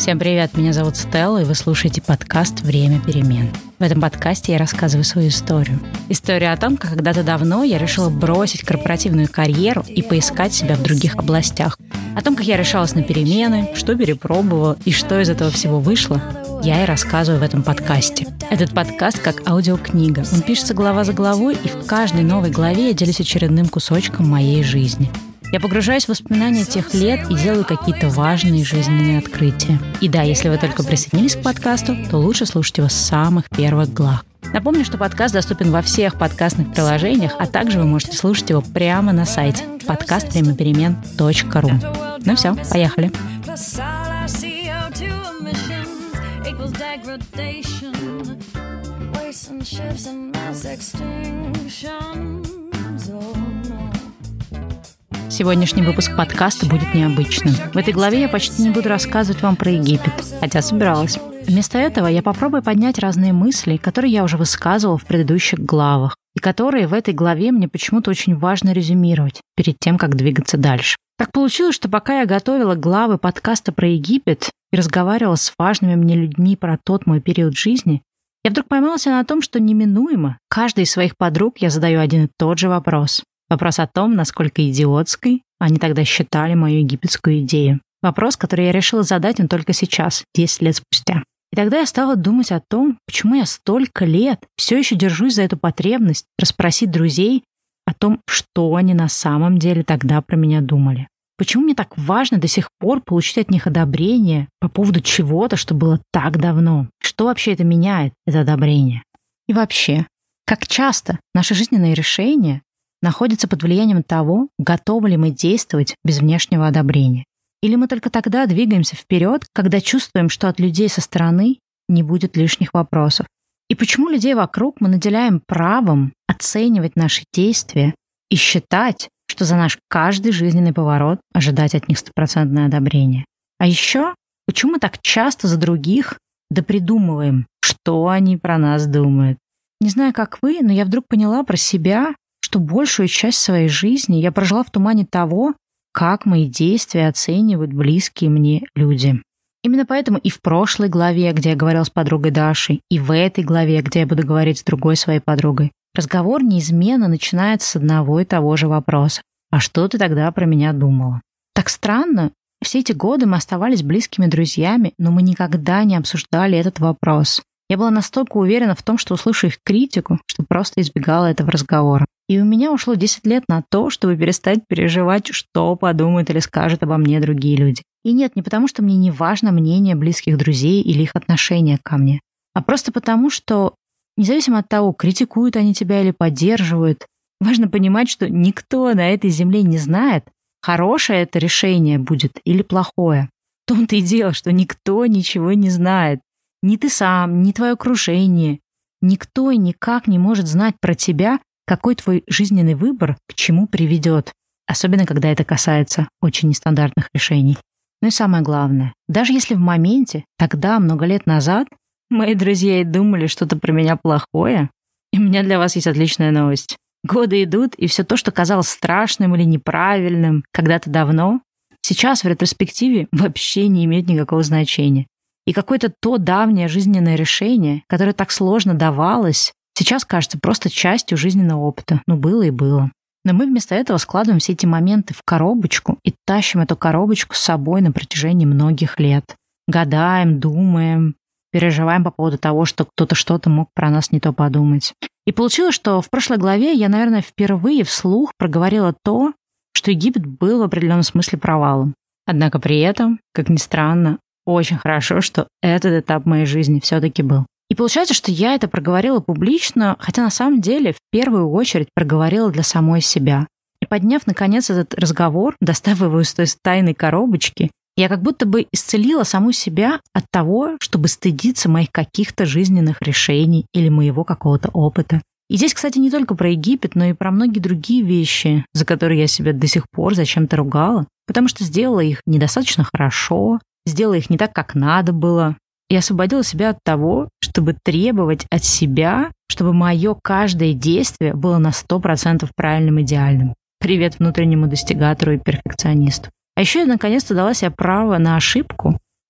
Всем привет, меня зовут Стелла, и вы слушаете подкаст «Время перемен». В этом подкасте я рассказываю свою историю. Историю о том, как когда-то давно я решила бросить корпоративную карьеру и поискать себя в других областях. О том, как я решалась на перемены, что перепробовала и что из этого всего вышло, я и рассказываю в этом подкасте. Этот подкаст как аудиокнига. Он пишется глава за главой, и в каждой новой главе я делюсь очередным кусочком моей жизни. Я погружаюсь в воспоминания тех лет и делаю какие-то важные жизненные открытия. И да, если вы только присоединились к подкасту, то лучше слушать его с самых первых глав. Напомню, что подкаст доступен во всех подкастных приложениях, а также вы можете слушать его прямо на сайте подкаствремяперемен.ру. Ну все, поехали. Сегодняшний выпуск подкаста будет необычным. В этой главе я почти не буду рассказывать вам про Египет, хотя собиралась. Вместо этого я попробую поднять разные мысли, которые я уже высказывала в предыдущих главах, и которые в этой главе мне почему-то очень важно резюмировать перед тем, как двигаться дальше. Так получилось, что пока я готовила главы подкаста про Египет и разговаривала с важными мне людьми про тот мой период жизни, я вдруг поймала себя на том, что неминуемо каждой из своих подруг я задаю один и тот же вопрос. Вопрос о том, насколько идиотской они тогда считали мою египетскую идею. Вопрос, который я решила задать им только сейчас, 10 лет спустя. И тогда я стала думать о том, почему я столько лет все еще держусь за эту потребность расспросить друзей о том, что они на самом деле тогда про меня думали. Почему мне так важно до сих пор получить от них одобрение по поводу чего-то, что было так давно? Что вообще это меняет, это одобрение? И вообще, как часто наши жизненные решения находятся под влиянием того, готовы ли мы действовать без внешнего одобрения. Или мы только тогда двигаемся вперед, когда чувствуем, что от людей со стороны не будет лишних вопросов. И почему людей вокруг мы наделяем правом оценивать наши действия и считать, что за наш каждый жизненный поворот ожидать от них 100% одобрения. А еще, почему мы так часто за других допридумываем, что они про нас думают. Не знаю, как вы, но я вдруг поняла про себя, что большую часть своей жизни я прожила в тумане того, как мои действия оценивают близкие мне люди. Именно поэтому и в прошлой главе, где я говорила с подругой Дашей, и в этой главе, где я буду говорить с другой своей подругой, разговор неизменно начинается с одного и того же вопроса. А что ты тогда про меня думала? Так странно, все эти годы мы оставались близкими друзьями, но мы никогда не обсуждали этот вопрос. Я была настолько уверена в том, что услышу их критику, что просто избегала этого разговора. И у меня ушло 10 лет на то, чтобы перестать переживать, что подумают или скажут обо мне другие люди. И нет, не потому, что мне не важно мнение близких друзей или их отношение ко мне, а просто потому, что независимо от того, критикуют они тебя или поддерживают, важно понимать, что никто на этой земле не знает, хорошее это решение будет или плохое. В том-то и дело, что никто ничего не знает. Ни ты сам, ни твое окружение. Никто и никак не может знать про тебя, какой твой жизненный выбор к чему приведет. Особенно, когда это касается очень нестандартных решений. Ну и самое главное, даже если в моменте, тогда, много лет назад, мои друзья и думали что-то про меня плохое, и у меня для вас есть отличная новость. Годы идут, и все то, что казалось страшным или неправильным когда-то давно, сейчас в ретроспективе вообще не имеет никакого значения. И какое-то то давнее жизненное решение, которое так сложно давалось, сейчас кажется просто частью жизненного опыта. Ну, было и было. Но мы вместо этого складываем все эти моменты в коробочку и тащим эту коробочку с собой на протяжении многих лет. Гадаем, думаем, переживаем по поводу того, что кто-то что-то мог про нас не то подумать. И получилось, что в прошлой главе я, наверное, впервые вслух проговорила то, что Египет был в определенном смысле провалом. Однако при этом, как ни странно, очень хорошо, что этот этап моей жизни все-таки был. И получается, что я это проговорила публично, хотя на самом деле в первую очередь проговорила для самой себя. И подняв, наконец, этот разговор, достав его из той тайной коробочки, я как будто бы исцелила саму себя от того, чтобы стыдиться моих каких-то жизненных решений или моего какого-то опыта. И здесь, кстати, не только про Египет, но и про многие другие вещи, за которые я себя до сих пор зачем-то ругала, потому что сделала их недостаточно хорошо, сделала их не так, как надо было, и освободила себя от того, чтобы требовать от себя, чтобы мое каждое действие было на 100% правильным, идеальным. Привет внутреннему достигатору и перфекционисту. А еще я наконец-то дала себе право на ошибку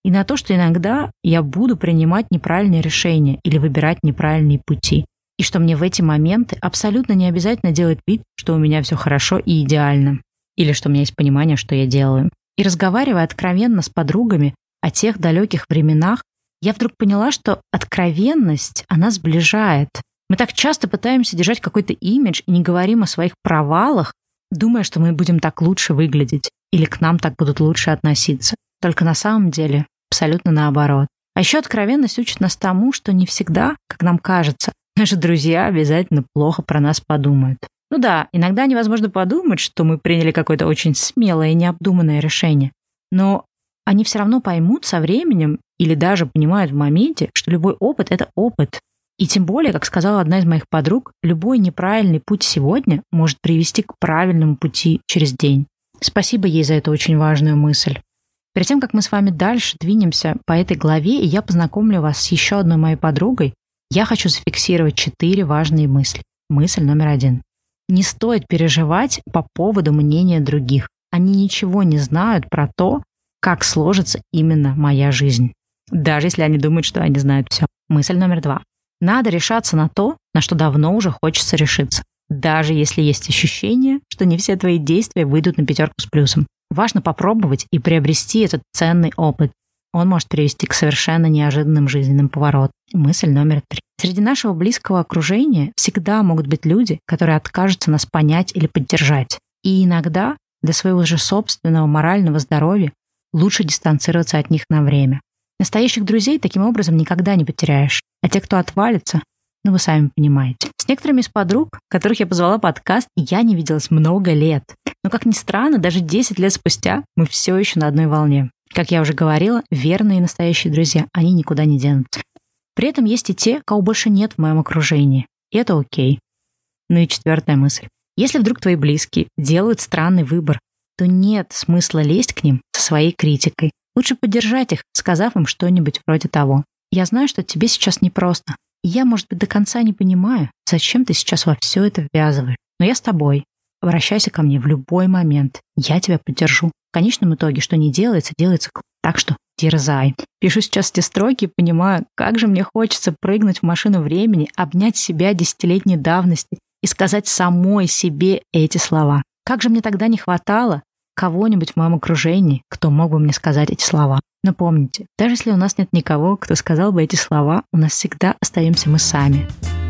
и на то, что иногда я буду принимать неправильные решения или выбирать неправильные пути. И что мне в эти моменты абсолютно не обязательно делать вид, что у меня все хорошо и идеально. Или что у меня есть понимание, что я делаю. И разговаривая откровенно с подругами о тех далеких временах, я вдруг поняла, что откровенность, она сближает. Мы так часто пытаемся держать какой-то имидж и не говорим о своих провалах, думая, что мы будем так лучше выглядеть или к нам так будут лучше относиться. Только на самом деле абсолютно наоборот. А еще откровенность учит нас тому, что не всегда, как нам кажется, наши друзья обязательно плохо про нас подумают. Ну да, иногда невозможно подумать, что мы приняли какое-то очень смелое и необдуманное решение. Но они все равно поймут со временем или даже понимают в моменте, что любой опыт — это опыт. И тем более, как сказала одна из моих подруг, любой неправильный путь сегодня может привести к правильному пути через день. Спасибо ей за эту очень важную мысль. Перед тем, как мы с вами дальше двинемся по этой главе, и я познакомлю вас с еще одной моей подругой, я хочу зафиксировать 4 важные мысли. Мысль номер 1. Не стоит переживать по поводу мнения других. Они ничего не знают про то, как сложится именно моя жизнь. Даже если они думают, что они знают все. Мысль номер 2. Надо решаться на то, на что давно уже хочется решиться. Даже если есть ощущение, что не все твои действия выйдут на 5 с плюсом. Важно попробовать и приобрести этот ценный опыт. Он может привести к совершенно неожиданным жизненным поворотам. Мысль номер 3. Среди нашего близкого окружения всегда могут быть люди, которые откажутся нас понять или поддержать. И иногда для своего же собственного морального здоровья лучше дистанцироваться от них на время. Настоящих друзей таким образом никогда не потеряешь. А те, кто отвалится, ну вы сами понимаете. С некоторыми из подруг, которых я позвала в подкаст, я не виделась много лет. Но, как ни странно, даже 10 лет спустя мы все еще на одной волне. Как я уже говорила, верные и настоящие друзья, они никуда не денутся. При этом есть и те, кого больше нет в моем окружении. И это окей. Ну и 4 мысль. Если вдруг твои близкие делают странный выбор, то нет смысла лезть к ним со своей критикой. Лучше поддержать их, сказав им что-нибудь вроде того. Я знаю, что тебе сейчас непросто. И я, может быть, до конца не понимаю, зачем ты сейчас во все это ввязываешь. Но я с тобой. Обращайся ко мне в любой момент. Я тебя поддержу. В конечном итоге, что не делается, делается. Так что дерзай. Пишу сейчас эти строки и понимаю, как же мне хочется прыгнуть в машину времени, обнять себя 10-летней давности и сказать самой себе эти слова. Как же мне тогда не хватало кого-нибудь в моем окружении, кто мог бы мне сказать эти слова. Но помните, даже если у нас нет никого, кто сказал бы эти слова, у нас всегда остаемся мы сами.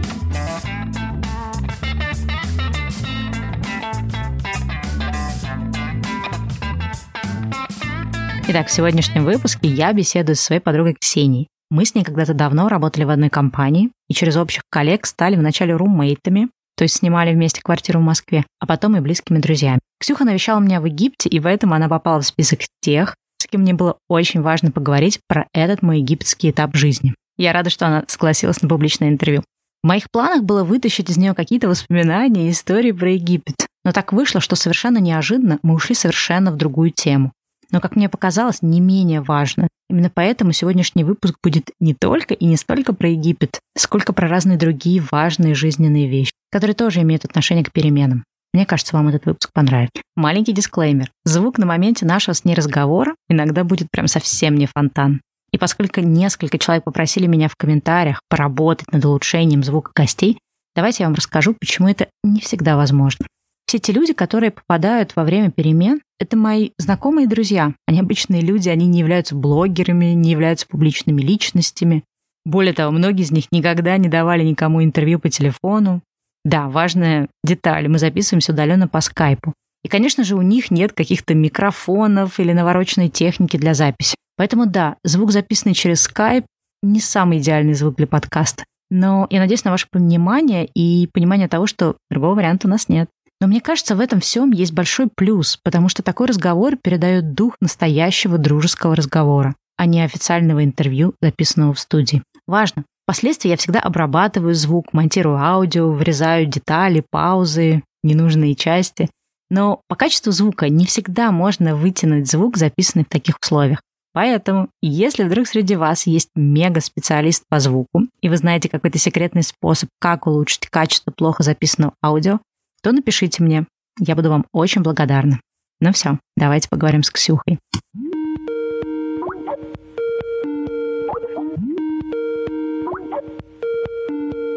Итак, в сегодняшнем выпуске я беседую со своей подругой Ксенией. Мы с ней когда-то давно работали в одной компании и через общих коллег стали вначале руммейтами, то есть снимали вместе квартиру в Москве, а потом и близкими друзьями. Ксюха навещала меня в Египте, и поэтому она попала в список тех, с кем мне было очень важно поговорить про этот мой египетский этап жизни. Я рада, что она согласилась на публичное интервью. В моих планах было вытащить из нее какие-то воспоминания и истории про Египет. Но так вышло, что совершенно неожиданно мы ушли совершенно в другую тему. Но, как мне показалось, не менее важно. Именно поэтому сегодняшний выпуск будет не только и не столько про Египет, сколько про разные другие важные жизненные вещи, которые тоже имеют отношение к переменам. Мне кажется, вам этот выпуск понравится. Маленький дисклеймер. Звук на моменте нашего с ней разговора иногда будет прям совсем не фонтан. И поскольку несколько человек попросили меня в комментариях поработать над улучшением звука гостей, давайте я вам расскажу, почему это не всегда возможно. Все те люди, которые попадают во время перемен, это мои знакомые и друзья. Они обычные люди, они не являются блогерами, не являются публичными личностями. Более того, многие из них никогда не давали никому интервью по телефону. Да, важная деталь, мы записываемся удаленно по скайпу. И, конечно же, у них нет каких-то микрофонов или навороченной техники для записи. Поэтому да, звук, записанный через скайп, не самый идеальный звук для подкаста. Но я надеюсь на ваше понимание и понимание того, что другого варианта у нас нет. Но мне кажется, в этом всем есть большой плюс, потому что такой разговор передает дух настоящего дружеского разговора, а не официального интервью, записанного в студии. Важно. Впоследствии я всегда обрабатываю звук, монтирую аудио, вырезаю детали, паузы, ненужные части. Но по качеству звука не всегда можно вытянуть звук, записанный в таких условиях. Поэтому, если вдруг среди вас есть мега-специалист по звуку, и вы знаете какой-то секретный способ, как улучшить качество плохо записанного аудио, то напишите мне. Я буду вам очень благодарна. Ну все, давайте поговорим с Ксюхой.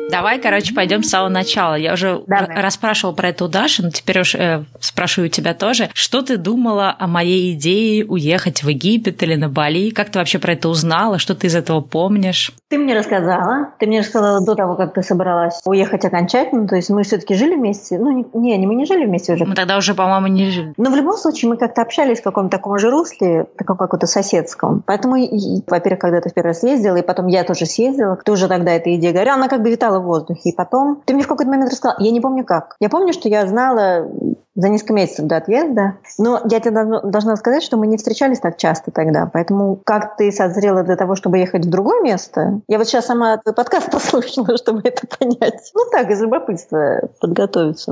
Давай, пойдем с самого начала. Я уже расспрашивала про это у Даши, но теперь уж спрошу у тебя тоже. Что ты думала о моей идее уехать в Египет или на Бали? Как ты вообще про это узнала? Что ты из этого помнишь? Ты мне рассказала. Ты мне рассказала до того, как ты собралась уехать окончательно. То есть мы все-таки жили вместе. Ну, мы не жили вместе уже. Мы тогда уже, по-моему, не жили. Но в любом случае мы как-то общались в каком-то таком же русле, таком каком-то соседском. Поэтому, во-первых, когда ты в первый раз съездила, и потом я тоже съездила, ты уже тогда эта идея говорила, она как бы витала в воздухе. И потом ты мне в какой-то момент рассказала, я не помню как. Я помню, что я знала за несколько месяцев до отъезда. Но я тебе должна сказать, что мы не встречались так часто тогда. Поэтому как ты созрела для того, чтобы ехать в другое место? Я вот сейчас сама твой подкаст послушала, чтобы это понять. Ну так, из любопытства подготовиться.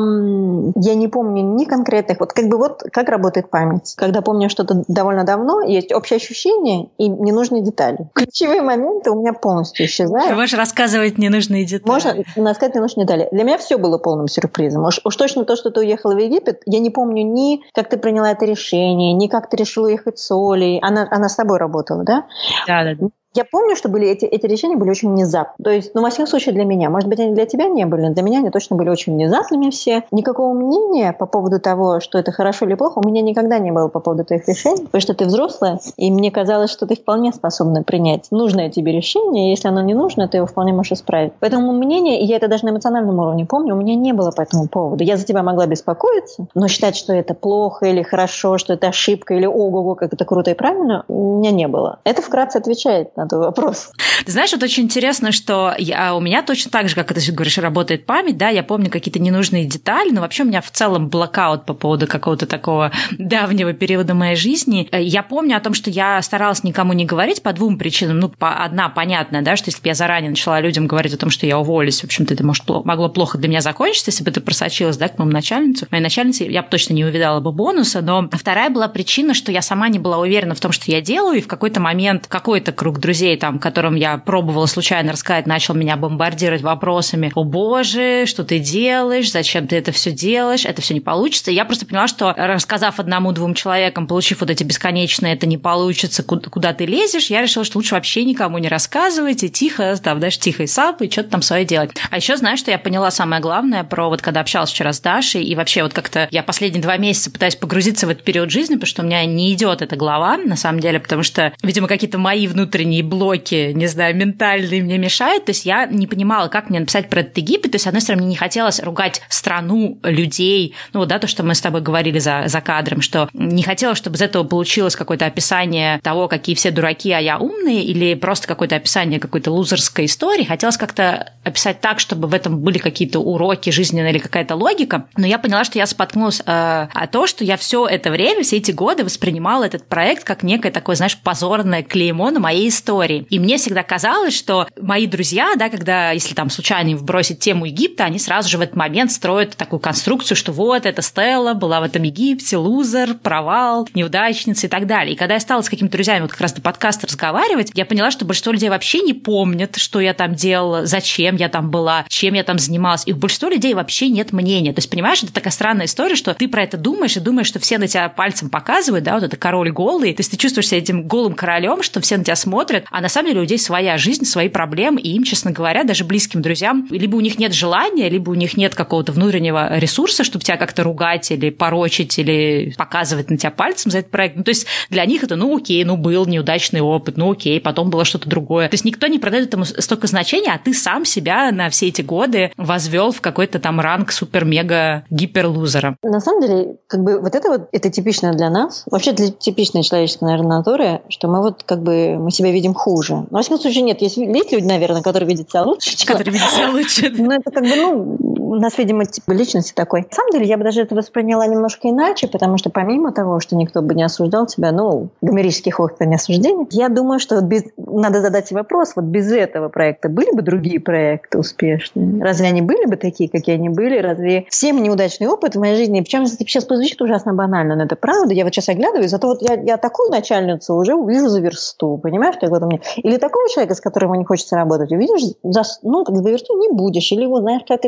Но я не помню ни конкретных. Вот как работает память. Когда помню что-то довольно давно, есть общее ощущение и ненужные детали. Ключевые моменты у меня полностью исчезают. Ты можешь рассказывать ненужные детали. Можно рассказать ненужные детали. Для меня все было полным сюрпризом. Уж точно то, что ты уехала в Египет, я не помню ни как ты приняла это решение, ни как ты решила ехать с Олей. Она с тобой работала, да? Да. Я помню, что эти решения были очень внезапны. То есть, во всяком случае, для меня. Может быть, они для тебя не были, но для меня они точно были очень внезапными все. Никакого мнения по поводу того, что это хорошо или плохо, у меня никогда не было по поводу твоих решений, потому что ты взрослая, и мне казалось, что ты вполне способна принять нужное тебе решение, и если оно не нужно, ты его вполне можешь исправить. Поэтому мнение, и я это даже на эмоциональном уровне помню, у меня не было по этому поводу. Я за тебя могла беспокоиться, но считать, что это плохо или хорошо, что это ошибка, или ого-го, как это круто и правильно, у меня не было. Это вкратце отвечает на твой вопрос. Ты знаешь, вот очень интересно, что у меня точно так же, как ты говоришь, работает память, да, я помню какие-то ненужные детали, но вообще у меня в целом блокаут по поводу какого-то такого давнего периода моей жизни. Я помню о том, что я старалась никому не говорить по двум причинам. Ну, одна понятная, да, что если бы я заранее начала людям говорить о том, что я уволюсь, в общем-то, это могло плохо для меня закончиться, если бы это просочилось, да, к моей начальнице, я бы точно не увидала бы бонуса, но вторая была причина, что я сама не была уверена в том, что я делаю, и в какой-то момент какой-то круг друзей, там, которым я пробовала случайно рассказать, начал меня бомбардировать вопросами: «О боже, что ты делаешь? Зачем ты это все делаешь? Это все не получится». И я просто поняла, что рассказав одному-двум человекам, получив вот эти бесконечные «это не получится, куда ты лезешь», я решила, что лучше вообще никому не рассказывать и тихо, там, знаешь, тихо и сап, и что-то там свое делать. А еще знаешь, что я поняла самое главное про вот когда общалась вчера с Дашей, и вообще вот как-то я последние 2 месяца пытаюсь погрузиться в этот период жизни, потому что у меня не идет эта глава, на самом деле, потому что, видимо, какие-то мои внутренние блоки, не знаю, ментальные мне мешают. То есть я не понимала, как мне написать про этот Египет. То есть, с одной стороны, мне не хотелось ругать страну, людей. Ну, да, то, что мы с тобой говорили за кадром, что не хотелось, чтобы из этого получилось какое-то описание того, какие все дураки, а я умный, или просто какое-то описание какой-то лузерской истории. Хотелось как-то описать так, чтобы в этом были какие-то уроки жизненные или какая-то логика. Но я поняла, что я споткнулась о том, что я все это время, все эти годы воспринимала этот проект как некое такое, знаешь, позорное клеймо на моей истории. И мне всегда казалось, что мои друзья, да, когда, если там случайно им вбросить тему Египта, они сразу же в этот момент строят такую конструкцию, что вот эта Стелла была в этом Египте, лузер, провал, неудачница и так далее. И когда я стала с какими-то друзьями вот как раз до подкаста разговаривать, я поняла, что большинство людей вообще не помнят, что я там делала, зачем я там была, чем я там занималась. И у большинства людей вообще нет мнения. То есть, понимаешь, это такая странная история, что ты про это думаешь и думаешь, что все на тебя пальцем показывают, да, вот это король голый. То есть ты чувствуешь себя этим голым королем, что все на тебя смотрят, а на самом деле у людей своя жизнь, свои проблемы, и им, честно говоря, даже близким друзьям, либо у них нет желания, либо у них нет какого-то внутреннего ресурса, чтобы тебя как-то ругать или порочить, или показывать на тебя пальцем за этот проект. Ну, то есть для них это, ну, окей, ну, был неудачный опыт, ну, окей, потом было что-то другое. То есть никто не придает этому столько значения, а ты сам себя на все эти годы возвел в какой-то там ранг супер-мега-гиперлузера. На самом деле, как бы вот это типично для нас, вообще для типичной человеческой, наверное, натуры, что мы вот как бы мы себя видим хуже. Но, во всяком случае, нет. Есть люди, наверное, которые видят себя лучше. Которые видят себя лучше. Но это как бы, у нас, видимо, тип личности такой. На самом деле, я бы даже это восприняла немножко иначе, потому что помимо того, что никто бы не осуждал тебя, гомерический хохот, не осуждение, я думаю, что надо задать себе вопрос, вот без этого проекта были бы другие проекты успешные? Разве они были бы такие, какие они были? Разве всем неудачный опыт в моей жизни? Причем это сейчас прозвучит ужасно банально, но это правда. Я вот сейчас оглядываюсь, зато вот я такую начальницу уже увижу за версту, понимаешь, как вот у меня. Или такого человека, с которым не хочется работать, увидишь, за версту не будешь. Или вот знаешь, как эти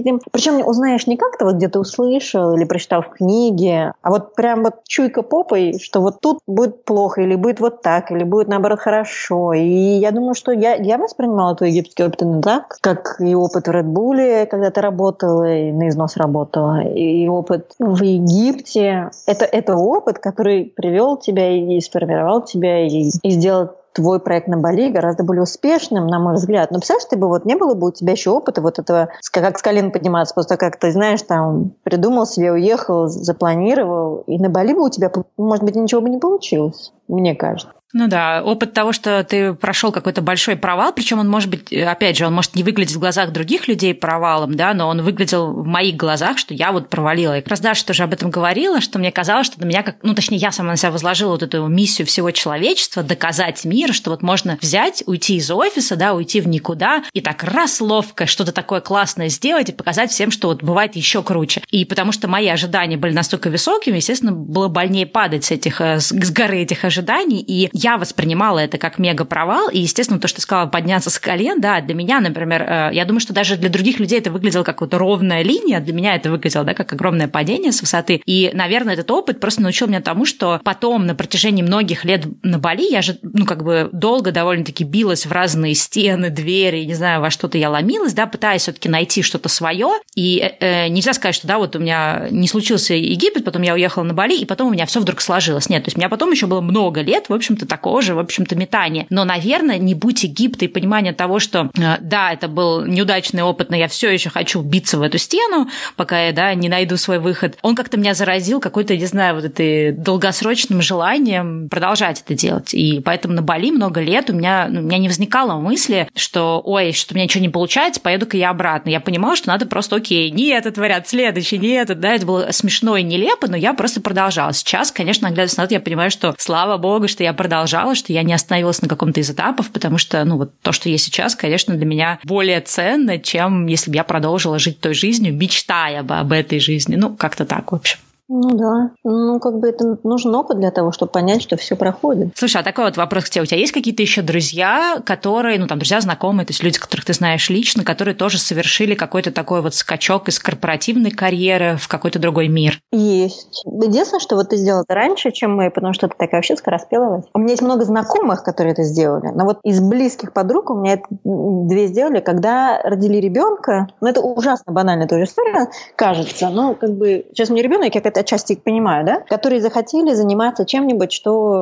Причем узнаешь не как-то вот где-то услышал или прочитал в книге, а вот прям вот чуйка попой, что вот тут будет плохо, или будет вот так, или будет наоборот хорошо. И я думаю, что я воспринимала твой египетский опыт именно так, как и опыт в Red Bull, когда ты работала, и на износ работала, и опыт в Египте. Это опыт, который привел тебя и сформировал тебя, и сделал твой проект на Бали гораздо более успешным, на мой взгляд. Но представляешь, ты бы вот не было бы у тебя еще опыта вот этого, как с колен подниматься, просто как ты, знаешь, там придумал себе, уехал, запланировал, и на Бали бы у тебя, может быть, ничего бы не получилось, мне кажется. Ну да, опыт того, что ты прошел какой-то большой провал, причем он может быть, опять же, он может не выглядеть в глазах других людей провалом, да, но он выглядел в моих глазах, что я вот провалила. И как раз Даша тоже об этом говорила, что мне казалось, что на меня, точнее, я сама на себя возложила вот эту миссию всего человечества, доказать миру, что вот можно взять, уйти из офиса, да, уйти в никуда, и так раз ловко что-то такое классное сделать и показать всем, что вот бывает еще круче. И потому что мои ожидания были настолько высокими, естественно, было больнее падать с горы этих ожиданий, и я воспринимала это как мега-провал, и, естественно, то, что ты сказала, подняться с колен, да, для меня, например, я думаю, что даже для других людей это выглядело как вот ровная линия, для меня это выглядело, да, как огромное падение с высоты, и, наверное, этот опыт просто научил меня тому, что потом, на протяжении многих лет на Бали, я же, долго довольно-таки билась в разные стены, двери, не знаю, во что-то я ломилась, да, пытаясь все-таки найти что-то свое, и нельзя сказать, что, да, вот у меня не случился Египет, потом я уехала на Бали, и потом у меня все вдруг сложилось. Нет, то есть у меня потом еще было много лет, в общем-то, такого же, в общем-то, метания. Но, наверное, не будь Египта и понимания того, что, да, это был неудачный опыт, но я все еще хочу биться в эту стену, пока я, да, не найду свой выход. Он как-то меня заразил какой-то, не знаю, вот это долгосрочным желанием продолжать это делать. И поэтому на Бали много лет у меня не возникало мысли, что, ой, что у меня ничего не получается, поеду-ка я обратно. Я понимала, что надо просто, окей, не этот вариант, следующий, не этот, да, это было смешно и нелепо, но я просто продолжала. Сейчас, конечно, оглядываясь назад, я понимаю, что слава богу, что я продолжала, что я не остановилась на каком-то из этапов, потому что, вот то, что есть сейчас, конечно, для меня более ценно, чем если бы я продолжила жить той жизнью, мечтая бы об этой жизни. Как-то так, в общем. Ну да, это нужен опыт для того, чтобы понять, что все проходит. Слушай, а такой вот вопрос к тебе. У тебя есть какие-то еще друзья, которые, друзья, знакомые, то есть люди, которых ты знаешь лично, которые тоже совершили какой-то такой вот скачок из корпоративной карьеры в какой-то другой мир? Есть. Единственное, что вот ты сделала это раньше, чем мы, потому что ты такая вообще скороспелая. У меня есть много знакомых, которые это сделали, но вот из близких подруг у меня это 2 сделали, когда родили ребенка. Это ужасно банальная тоже история, кажется. Сейчас у меня ребенок, я отчасти понимаю, да, которые захотели заниматься чем-нибудь, что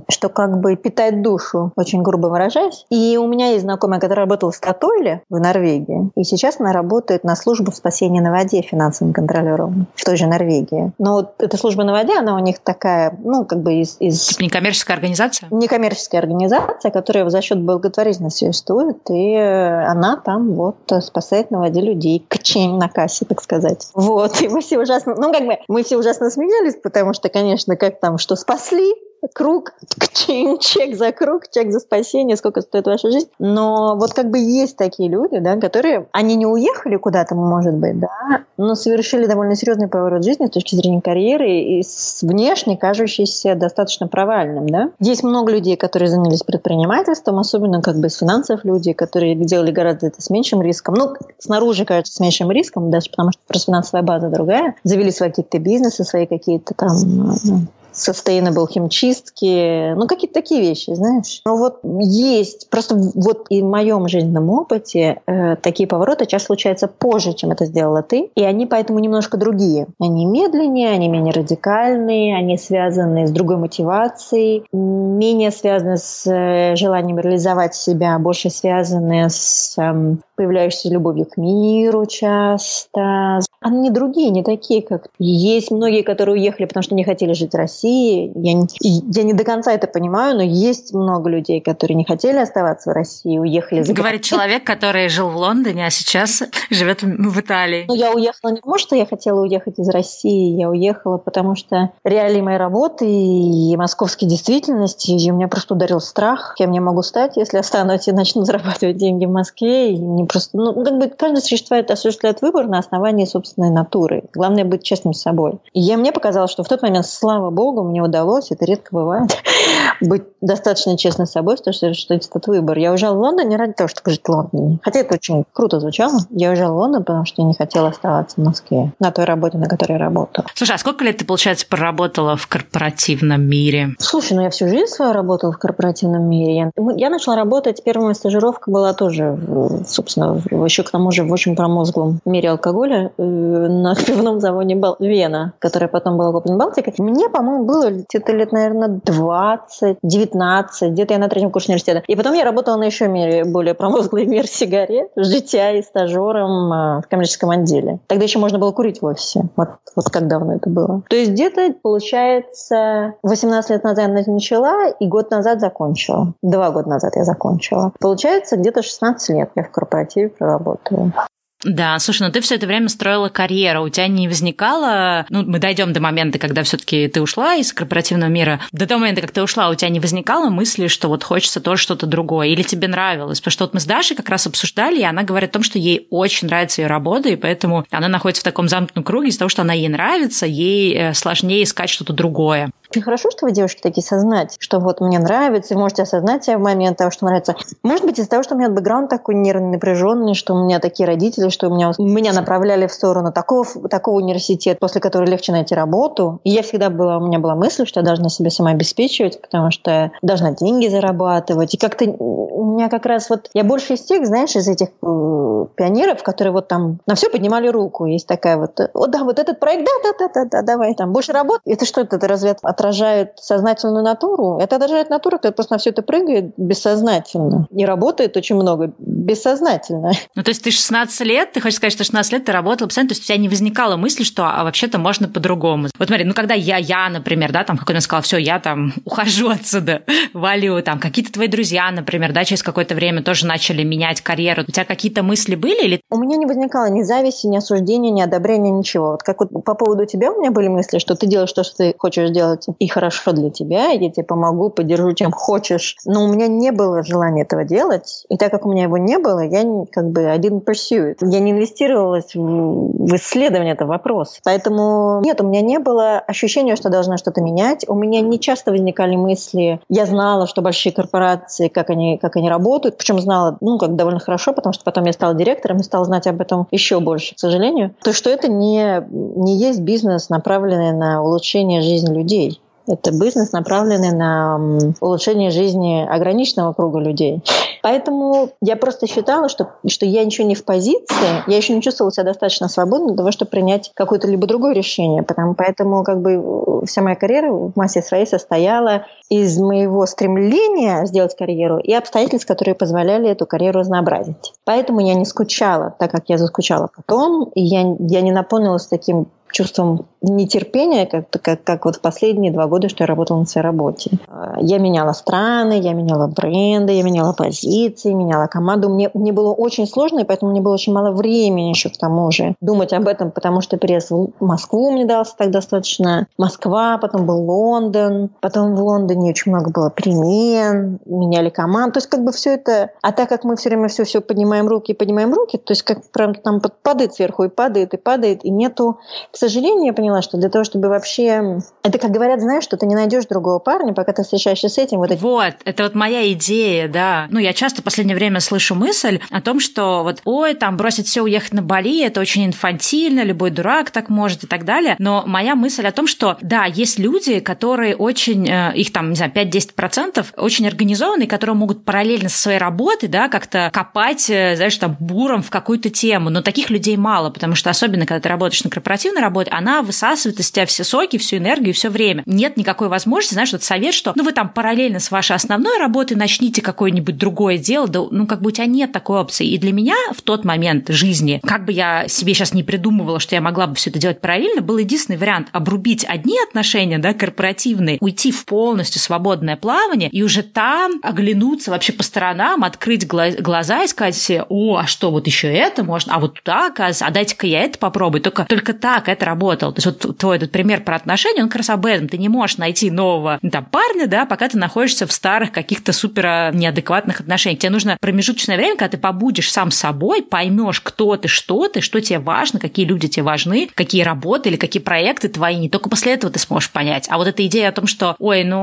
питает душу, очень грубо выражаясь. И у меня есть знакомая, которая работала в Статойле в Норвегии, и сейчас она работает на службу спасения на воде финансовым контролером в той же Норвегии. Но вот эта служба на воде, она у них такая, из... Некоммерческая организация? Некоммерческая организация, которая за счет благотворительности существует, и она там спасает на воде людей, качень на кассе, так сказать. И мы все ужасно... мы все ужасно смеялись, потому что, конечно, как там, что спасли, круг, чек за круг, чек за спасение, сколько стоит ваша жизнь. Но есть такие люди, да, которые, они не уехали куда-то, может быть, да, но совершили довольно серьезный поворот жизни с точки зрения карьеры и внешне кажущийся достаточно провальным, да. Есть много людей, которые занялись предпринимательством, особенно из финансов люди, которые делали гораздо это с меньшим риском. Снаружи, кажется, с меньшим риском, даже потому что просто финансовая база другая. Завели свои какие-то бизнесы, свои какие-то там... sustainable химчистки, какие-то такие вещи, знаешь. Есть, просто и в моем жизненном опыте такие повороты часто случаются позже, чем это сделала ты, и они поэтому немножко другие. Они медленнее, они менее радикальные, они связаны с другой мотивацией, менее связаны с желанием реализовать себя, больше связаны с появляющейся любовью к миру часто. Они другие, не такие, как... Есть многие, которые уехали, потому что не хотели жить в России. Я не до конца это понимаю, но есть много людей, которые не хотели оставаться в России, уехали за... Говорит человек, который жил в Лондоне, а сейчас живет в Италии. Я уехала не потому, что я хотела уехать из России. Я уехала, потому что реалии моей работы и московской действительности, и у меня просто ударил страх, кем я могу стать, если останусь и начну зарабатывать деньги в Москве. И мне просто... каждый осуществляет выбор на основании собственной натуры. Главное быть честным с собой. И мне показалось, что в тот момент, слава богу, Богу, мне удалось, это редко бывает, быть достаточно честной с собой, что этот выбор. Я уезжала в Лондон не ради того, чтобы жить в Лондоне. Хотя это очень круто звучало. Я уезжала в Лондон, потому что я не хотела оставаться в Москве на той работе, на которой я работала. Слушай, а сколько лет ты, получается, проработала в корпоративном мире? Слушай, я всю жизнь свою работала в корпоративном мире. Я начала работать, первая моя стажировка была тоже, собственно, еще к тому же в очень промозглом мире алкоголя на пивном заводе Вена, которая потом была куплена Балтикой. Мне, по-моему, было где-то лет, наверное, 20, 19, где-то я на 3-м курсе университета. И потом я работала на еще более промозглый мир сигарет, житья и стажером в коммерческом отделе. Тогда еще можно было курить в офисе. Вот как давно это было. То есть где-то, получается, 18 лет назад я начала и год назад закончила. 2 года назад я закончила. Получается, где-то 16 лет я в корпоративе проработаю. Да, слушай, ты все это время строила карьеру, у тебя не возникало, мы дойдем до момента, когда все-таки ты ушла из корпоративного мира, до того момента, как ты ушла, у тебя не возникало мысли, что вот хочется тоже что-то другое, или тебе нравилось? Потому что мы с Дашей как раз обсуждали, и она говорит о том, что ей очень нравится ее работа, и поэтому она находится в таком замкнутом круге, из-за того, что она ей нравится, ей сложнее искать что-то другое. Очень хорошо, что вы, девушки, такие сознать, что вот мне нравится, и можете осознать себя в момент того, что нравится. Может быть, из-за того, что у меня бэкграунд такой нервный, напряженный, что у меня такие родители, что меня направляли в сторону такого университета, после которого легче найти работу. И у меня была мысль, что я должна себя сама обеспечивать, потому что я должна деньги зарабатывать. И как-то у меня как раз я больше из тех, знаешь, из этих пионеров, которые вот там на все поднимали руку. Есть такая вот этот проект, да, давай там больше работы. Это что, это разве отражает сознательную натуру? Это отражает натуру, кто просто на все это прыгает бессознательно. И работает очень много бессознательно. То есть ты 16 лет, ты хочешь сказать, что 16 лет ты работала постоянно, то есть у тебя не возникало мысли, что вообще-то можно по-другому. Вот смотри, когда я, например, да, там, как она сказала, все, я там ухожу отсюда, валю, там, какие-то твои друзья, например, да, через какое-то время тоже начали менять карьеру. У тебя какие-то мысли были? Или... У меня не возникало ни зависти, ни осуждения, ни одобрения, ничего. Вот как по поводу тебя у меня были мысли, что ты делаешь то, что ты хочешь делать, и хорошо для тебя, я тебе помогу, поддержу, чем хочешь. Но у меня не было желания этого делать, и так как у меня его не было, я I didn't pursue it. Я не инвестировалась в исследование этого вопроса. Поэтому нет, у меня не было ощущения, что должна что-то менять. У меня не часто возникали мысли. Я знала, что большие корпорации, как они работают, причем знала, довольно хорошо, потому что потом я стала директором и стала знать об этом еще больше, к сожалению. То, что это не есть бизнес, направленный на улучшение жизни людей. Это бизнес, направленный на улучшение жизни ограниченного круга людей. Поэтому я просто считала, что я еще не в позиции, я еще не чувствовала себя достаточно свободной для того, чтобы принять какое-то либо другое решение. Поэтому вся моя карьера в массе своей состояла из моего стремления сделать карьеру и обстоятельств, которые позволяли эту карьеру разнообразить. Поэтому я не скучала, так как я заскучала потом, и я не наполнилась таким чувством нетерпения, как вот в последние 2 года, что я работала на своей работе. Я меняла страны, я меняла бренды, я меняла позиции, меняла команду. Мне было очень сложно, и поэтому мне было очень мало времени еще к тому же думать об этом, потому что переезд в Москву мне дался так достаточно. Москва, потом был Лондон, потом в Лондоне очень много было перемен, меняли команду. То есть все это... А так как мы все время все поднимаем руки, то есть как прям там падает сверху и падает, и нету... К сожалению, я поняла, что для того, чтобы вообще... Это, как говорят, знаешь, что ты не найдешь другого парня, пока ты встречаешься с этим. Вот, это вот моя идея, да. Я часто в последнее время слышу мысль о том, что бросить все, уехать на Бали, это очень инфантильно, любой дурак так может и так далее. Но моя мысль о том, что, да, есть люди, которые очень, их там, не знаю, 5-10%, очень организованные, которые могут параллельно со своей работой, да, как-то копать, знаешь, там, буром в какую-то тему. Но таких людей мало, потому что особенно, когда ты работаешь на корпоративной работе, она высасывает из тебя все соки, всю энергию, все время. Нет никакой возможности, знаешь, совет, что вы там параллельно с вашей основной работой начните какое-нибудь другое дело, да, у тебя нет такой опции. И для меня в тот момент жизни, как бы я себе сейчас не придумывала, что я могла бы все это делать параллельно, был единственный вариант обрубить одни отношения, да, корпоративные, уйти в полностью свободное плавание и уже там оглянуться вообще по сторонам, открыть глаза и сказать себе: о, а что, вот еще это можно, а вот туда, оказывается, а дайте-ка я это попробую. Только так это это работало. То есть вот твой этот пример про отношения, он как раз об этом. Ты не можешь найти нового парня, да, пока ты находишься в старых каких-то супер неадекватных отношениях. Тебе нужно промежуточное время, когда ты побудешь сам собой, поймешь, кто ты, что тебе важно, какие люди тебе важны, какие работы или какие проекты твои. Не только после этого ты сможешь понять. А вот эта идея о том, что,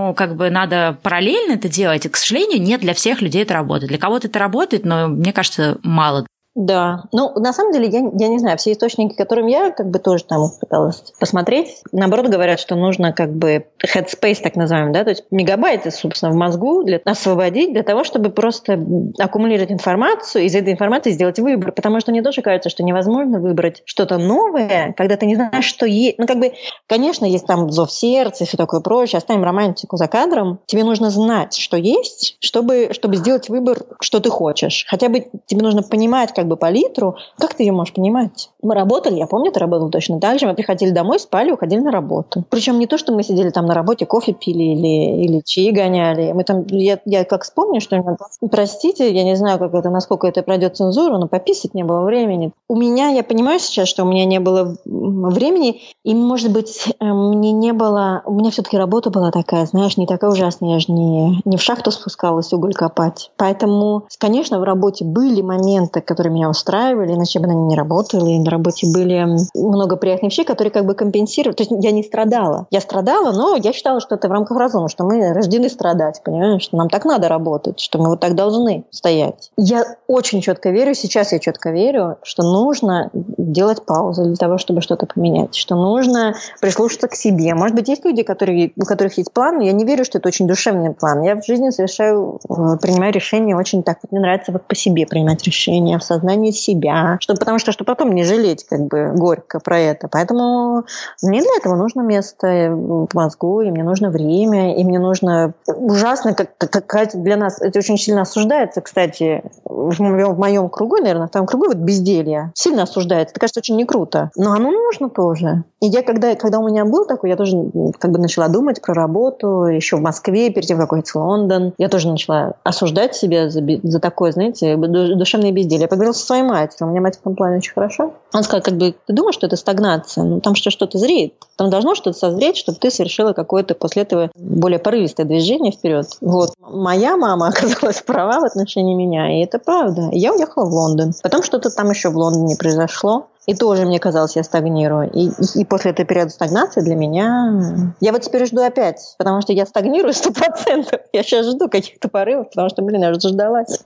надо параллельно это делать, и, к сожалению, нет для всех людей это работает. Для кого-то это работает, но мне кажется, мало. Да, на самом деле, я не знаю, все источники, которым я тоже там пыталась посмотреть, наоборот, говорят, что нужно headspace, так называемый, да, то есть мегабайты, собственно, в мозгу освободить для того, чтобы просто аккумулировать информацию, и из этой информации сделать выбор, потому что мне тоже кажется, что невозможно выбрать что-то новое, когда ты не знаешь, что есть. Конечно, есть там зов сердца и все такое прочее, оставим романтику за кадром, тебе нужно знать, что есть, чтобы сделать выбор, что ты хочешь. Хотя бы тебе нужно понимать, палитру, как ты ее можешь понимать? Мы работали, я помню, ты работал точно так же, мы приходили домой, спали, уходили на работу. Причем не то, что мы сидели там на работе, кофе пили или чаи гоняли. Мы там, я как вспомню, что простите, я не знаю, насколько это пройдет цензуру, но пописать не было времени. Я понимаю сейчас, что у меня не было времени, и, может быть, мне не было, у меня все-таки работа была такая, знаешь, не такая ужасная, я же не в шахту спускалась уголь копать. Поэтому, конечно, в работе были моменты, которые меня устраивали, иначе бы они не работали. И на работе были много приятных вещей, которые компенсировали. То есть я не страдала. Я страдала, но я считала, что это в рамках разума, что мы рождены страдать, понимаешь? Что нам так надо работать, что мы вот так должны стоять. Я очень четко верю, сейчас я четко верю, что нужно делать паузу для того, чтобы что-то поменять, что нужно прислушаться к себе. Может быть, есть люди, у которых есть план, но я не верю, что это очень душевный план. Я в жизни принимаю решения очень так. Мне нравится по себе принимать решения, в сознании себя, потому что потом не жалеть горько про это. Поэтому мне для этого нужно место в мозгу, и мне нужно время, и мне нужно ужасно, как для нас, это очень сильно осуждается, кстати, в моем кругу, наверное, в твоем кругу безделье сильно осуждается. Это кажется очень не круто. Но оно нужно тоже. И я, когда у меня был такой, я тоже начала думать про работу, еще в Москве, перед тем, как уехать в Лондон. Я тоже начала осуждать себя за такое, знаете, душевное безделье. Я поговорила со своей матерью. У меня мать в этом плане очень хорошо. Она сказала, ты думаешь, что это стагнация? Там что-то зреет. Там должно что-то созреть, чтобы ты совершила какое-то после этого более порывистое движение вперед. Вот. Моя мама оказалась права в отношении меня, и это правда. Я уехала в Лондон. Потом что-то там еще в Лондоне произошло. И тоже, мне казалось, я стагнирую. И после этого периода стагнации для меня... Я вот теперь жду опять, потому что я стагнирую 100%. Я сейчас жду каких-то порывов, потому что, я уже заждалась.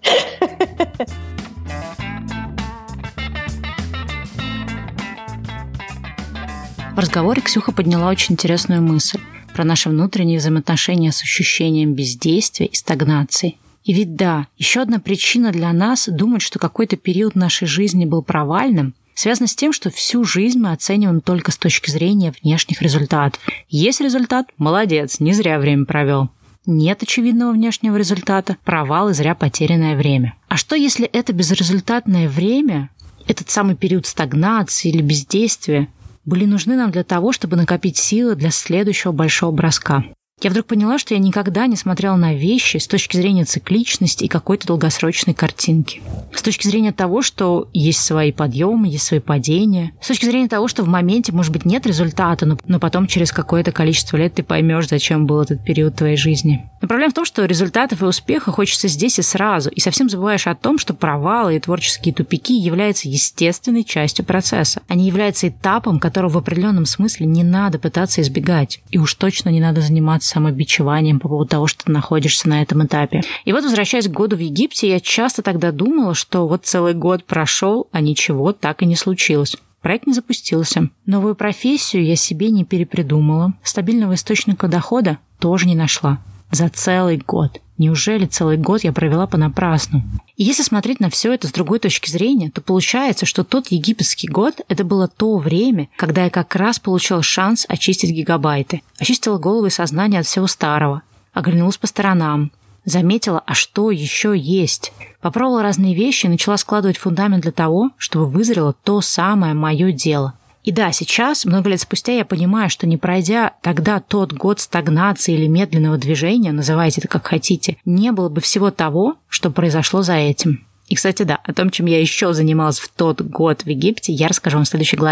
В разговоре Ксюха подняла очень интересную мысль про наши внутренние взаимоотношения с ощущением бездействия и стагнации. И ведь да, еще одна причина для нас думать, что какой-то период нашей жизни был провальным, связано с тем, что всю жизнь мы оцениваем только с точки зрения внешних результатов. Есть результат – молодец, не зря время провел. Нет очевидного внешнего результата – провал и зря потерянное время. А что, если это безрезультатное время, этот самый период стагнации или бездействия, были нужны нам для того, чтобы накопить силы для следующего большого броска? Я вдруг поняла, что я никогда не смотрела на вещи с точки зрения цикличности и какой-то долгосрочной картинки. С точки зрения того, что есть свои подъемы, есть свои падения. С точки зрения того, что в моменте, может быть, нет результата, но потом через какое-то количество лет ты поймешь, зачем был этот период твоей жизни. Но проблема в том, что результатов и успеха хочется здесь и сразу, и совсем забываешь о том, что провалы и творческие тупики являются естественной частью процесса. Они являются этапом, которого в определенном смысле не надо пытаться избегать. И уж точно не надо заниматься самобичеванием по поводу того, что ты находишься на этом этапе. И вот, возвращаясь к году в Египте, я часто тогда думала, что вот целый год прошел, а ничего так и не случилось. Проект не запустился. Новую профессию я себе не перепридумала. Стабильного источника дохода тоже не нашла. За целый год. Неужели целый год я провела понапрасну? И если смотреть на все это с другой точки зрения, то получается, что тот египетский год – это было то время, когда я как раз получила шанс очистить гигабайты. Очистила голову и сознание от всего старого. Оглянулась по сторонам. Заметила, а что еще есть. Попробовала разные вещи и начала складывать фундамент для того, чтобы вызрело то самое мое дело. И да, сейчас, много лет спустя, я понимаю, что не пройдя тогда тот год стагнации или медленного движения, называйте это как хотите, не было бы всего того, что произошло за этим. И, кстати, да, о том, чем я еще занималась в тот год в Египте, я расскажу вам в следующей главе.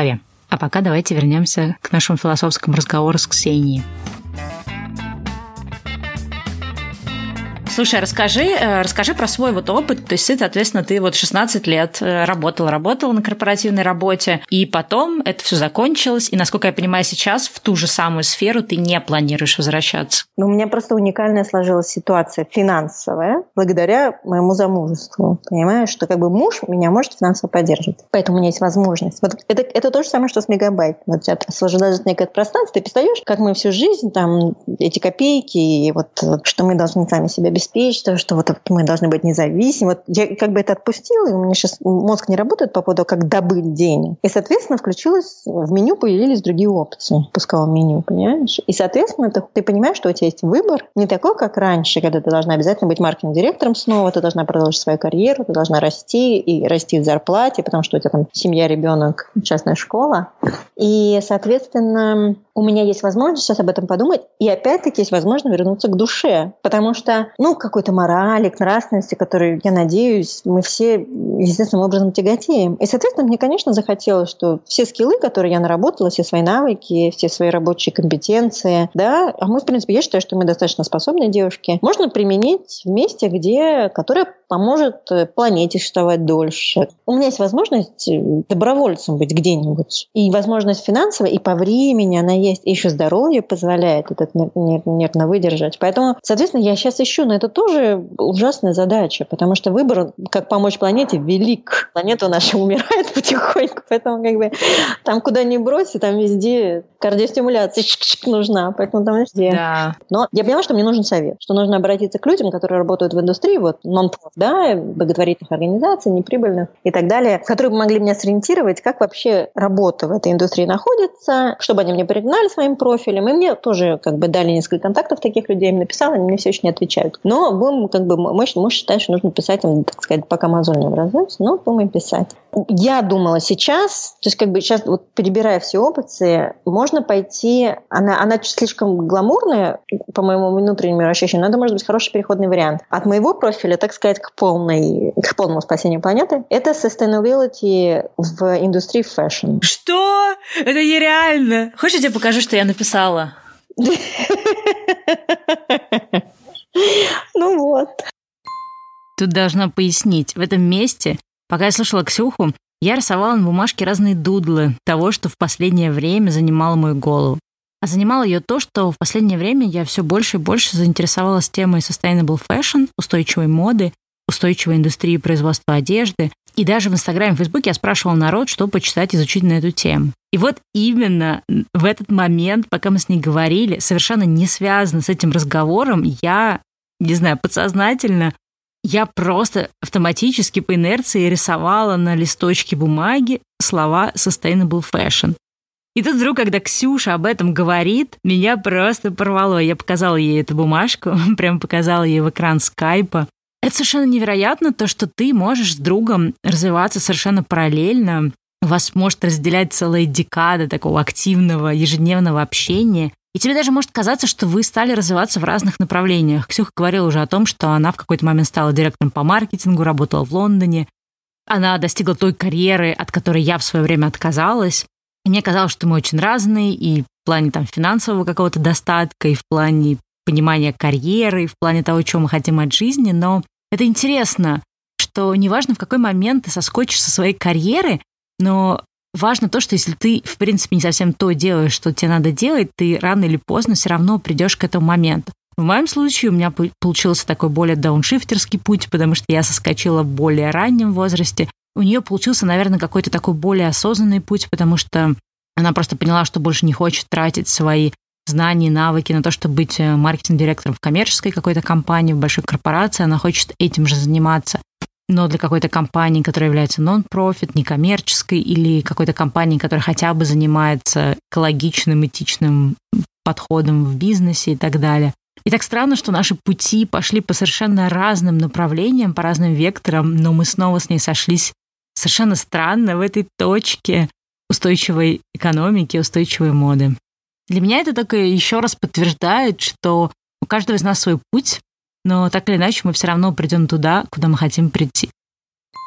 А пока давайте вернемся к нашему философскому разговору с Ксенией. Слушай, расскажи про свой вот опыт. То есть, соответственно, ты вот 16 лет работала на корпоративной работе, и потом это все закончилось, и, насколько я понимаю, сейчас в ту же самую сферу ты не планируешь возвращаться. У меня просто уникальная сложилась ситуация финансовая благодаря моему замужеству. Понимаешь, что как бы муж меня может финансово поддерживать. Поэтому у меня есть возможность. Вот это то же самое, что с Мегабайт. Вот у тебя освобождается некое пространство, ты представляешь, как мы всю жизнь, там, эти копейки, и вот что мы должны сами себя обеспечить, что вот мы должны быть независимы. Вот я как бы это отпустила, и у меня сейчас мозг не работает по поводу, как добыть денег. И, соответственно, в меню появились другие опции в пусковом меню, понимаешь? И, соответственно, ты понимаешь, что у тебя есть выбор не такой, как раньше, когда ты должна обязательно быть маркетинг-директором снова, ты должна продолжить свою карьеру, ты должна расти и расти в зарплате, потому что у тебя там семья, ребенок, частная школа. И, соответственно, у меня есть возможность сейчас об этом подумать, и опять-таки есть возможность вернуться к душе, потому что, какой-то морали, к нравственности, которой, я надеюсь, мы все естественным образом тяготеем. И, соответственно, мне, конечно, захотелось, что все скиллы, которые я наработала, все свои навыки, все свои рабочие компетенции, да, а мы, в принципе, я считаю, что мы достаточно способные девушки, можно применить в месте, которое поможет планете существовать дольше. У меня есть возможность добровольцем быть где-нибудь. И возможность финансовая, и по времени она есть, и еще здоровье позволяет этот нервно выдержать. Поэтому, соответственно, я сейчас ищу, но это тоже ужасная задача, потому что выбор, как помочь планете, велик. Планета наша умирает потихоньку, поэтому как бы там куда ни брось, там везде кардиостимуляция нужна, поэтому там везде. Да. Но я поняла, что мне нужен совет, что нужно обратиться к людям, которые работают в индустрии, вот non-profit, да, благотворительных организаций, неприбыльных и так далее, которые бы могли меня сориентировать, как вообще работа в этой индустрии находится, чтобы они мне пригнали своим профилем, и мне тоже как бы дали несколько контактов таких людей, им написала, они мне все еще не отвечают. Но будем, как бы, муж считает, что нужно писать им, так сказать, пока мозоль не образуется, но будем им писать. Я думала сейчас, то есть как бы сейчас вот перебирая все опции, можно пойти, она слишком гламурная, по моему внутреннему ощущению, но это может быть хороший переходный вариант. От моего профиля, так сказать, к полному спасению планеты, это sustainability в индустрии фэшн. Что? Это нереально! Хочешь, я тебе покажу, что я написала? Ну вот. Тут должна пояснить. В этом месте, пока я слушала Ксюху, я рисовала на бумажке разные дудлы того, что в последнее время занимало мою голову. А занимало ее то, что в последнее время я все больше и больше заинтересовалась темой sustainable fashion, устойчивой моды, устойчивой индустрии производства одежды. И даже в Инстаграме, в Фейсбуке я спрашивала народ, что почитать, изучить на эту тему. И вот именно в этот момент, пока мы с ней говорили, совершенно не связано с этим разговором, я, не знаю, подсознательно, я просто автоматически по инерции рисовала на листочке бумаги слова sustainable fashion. И тут вдруг, когда Ксюша об этом говорит, меня просто порвало. Я показала ей эту бумажку, прям показала ей в экран скайпа. Это совершенно невероятно, то, что ты можешь с другом развиваться совершенно параллельно. Вас может разделять целая декада такого активного ежедневного общения. И тебе даже может казаться, что вы стали развиваться в разных направлениях. Ксюха говорила уже о том, что она в какой-то момент стала директором по маркетингу, работала в Лондоне. Она достигла той карьеры, от которой я в свое время отказалась. И мне казалось, что мы очень разные и в плане там финансового какого-то достатка, и в плане понимания карьеры, и в плане того, чего мы хотим от жизни. Но это интересно, что неважно, в какой момент ты соскочишь со своей карьеры, но важно то, что если ты, в принципе, не совсем то делаешь, что тебе надо делать, ты рано или поздно все равно придешь к этому моменту. В моем случае у меня получился такой более дауншифтерский путь, потому что я соскочила в более раннем возрасте. У нее получился, наверное, какой-то такой более осознанный путь, потому что она просто поняла, что больше не хочет тратить свои знания и навыки на то, чтобы быть маркетинг-директором в коммерческой какой-то компании, в большой корпорации. Она хочет этим же заниматься, но для какой-то компании, которая является нон-профит, некоммерческой, или какой-то компании, которая хотя бы занимается экологичным, этичным подходом в бизнесе и так далее. И так странно, что наши пути пошли по совершенно разным направлениям, по разным векторам, но мы снова с ней сошлись совершенно странно в этой точке устойчивой экономики, устойчивой моды. Для меня это только еще раз подтверждает, что у каждого из нас свой путь, но так или иначе мы все равно придем туда, куда мы хотим прийти.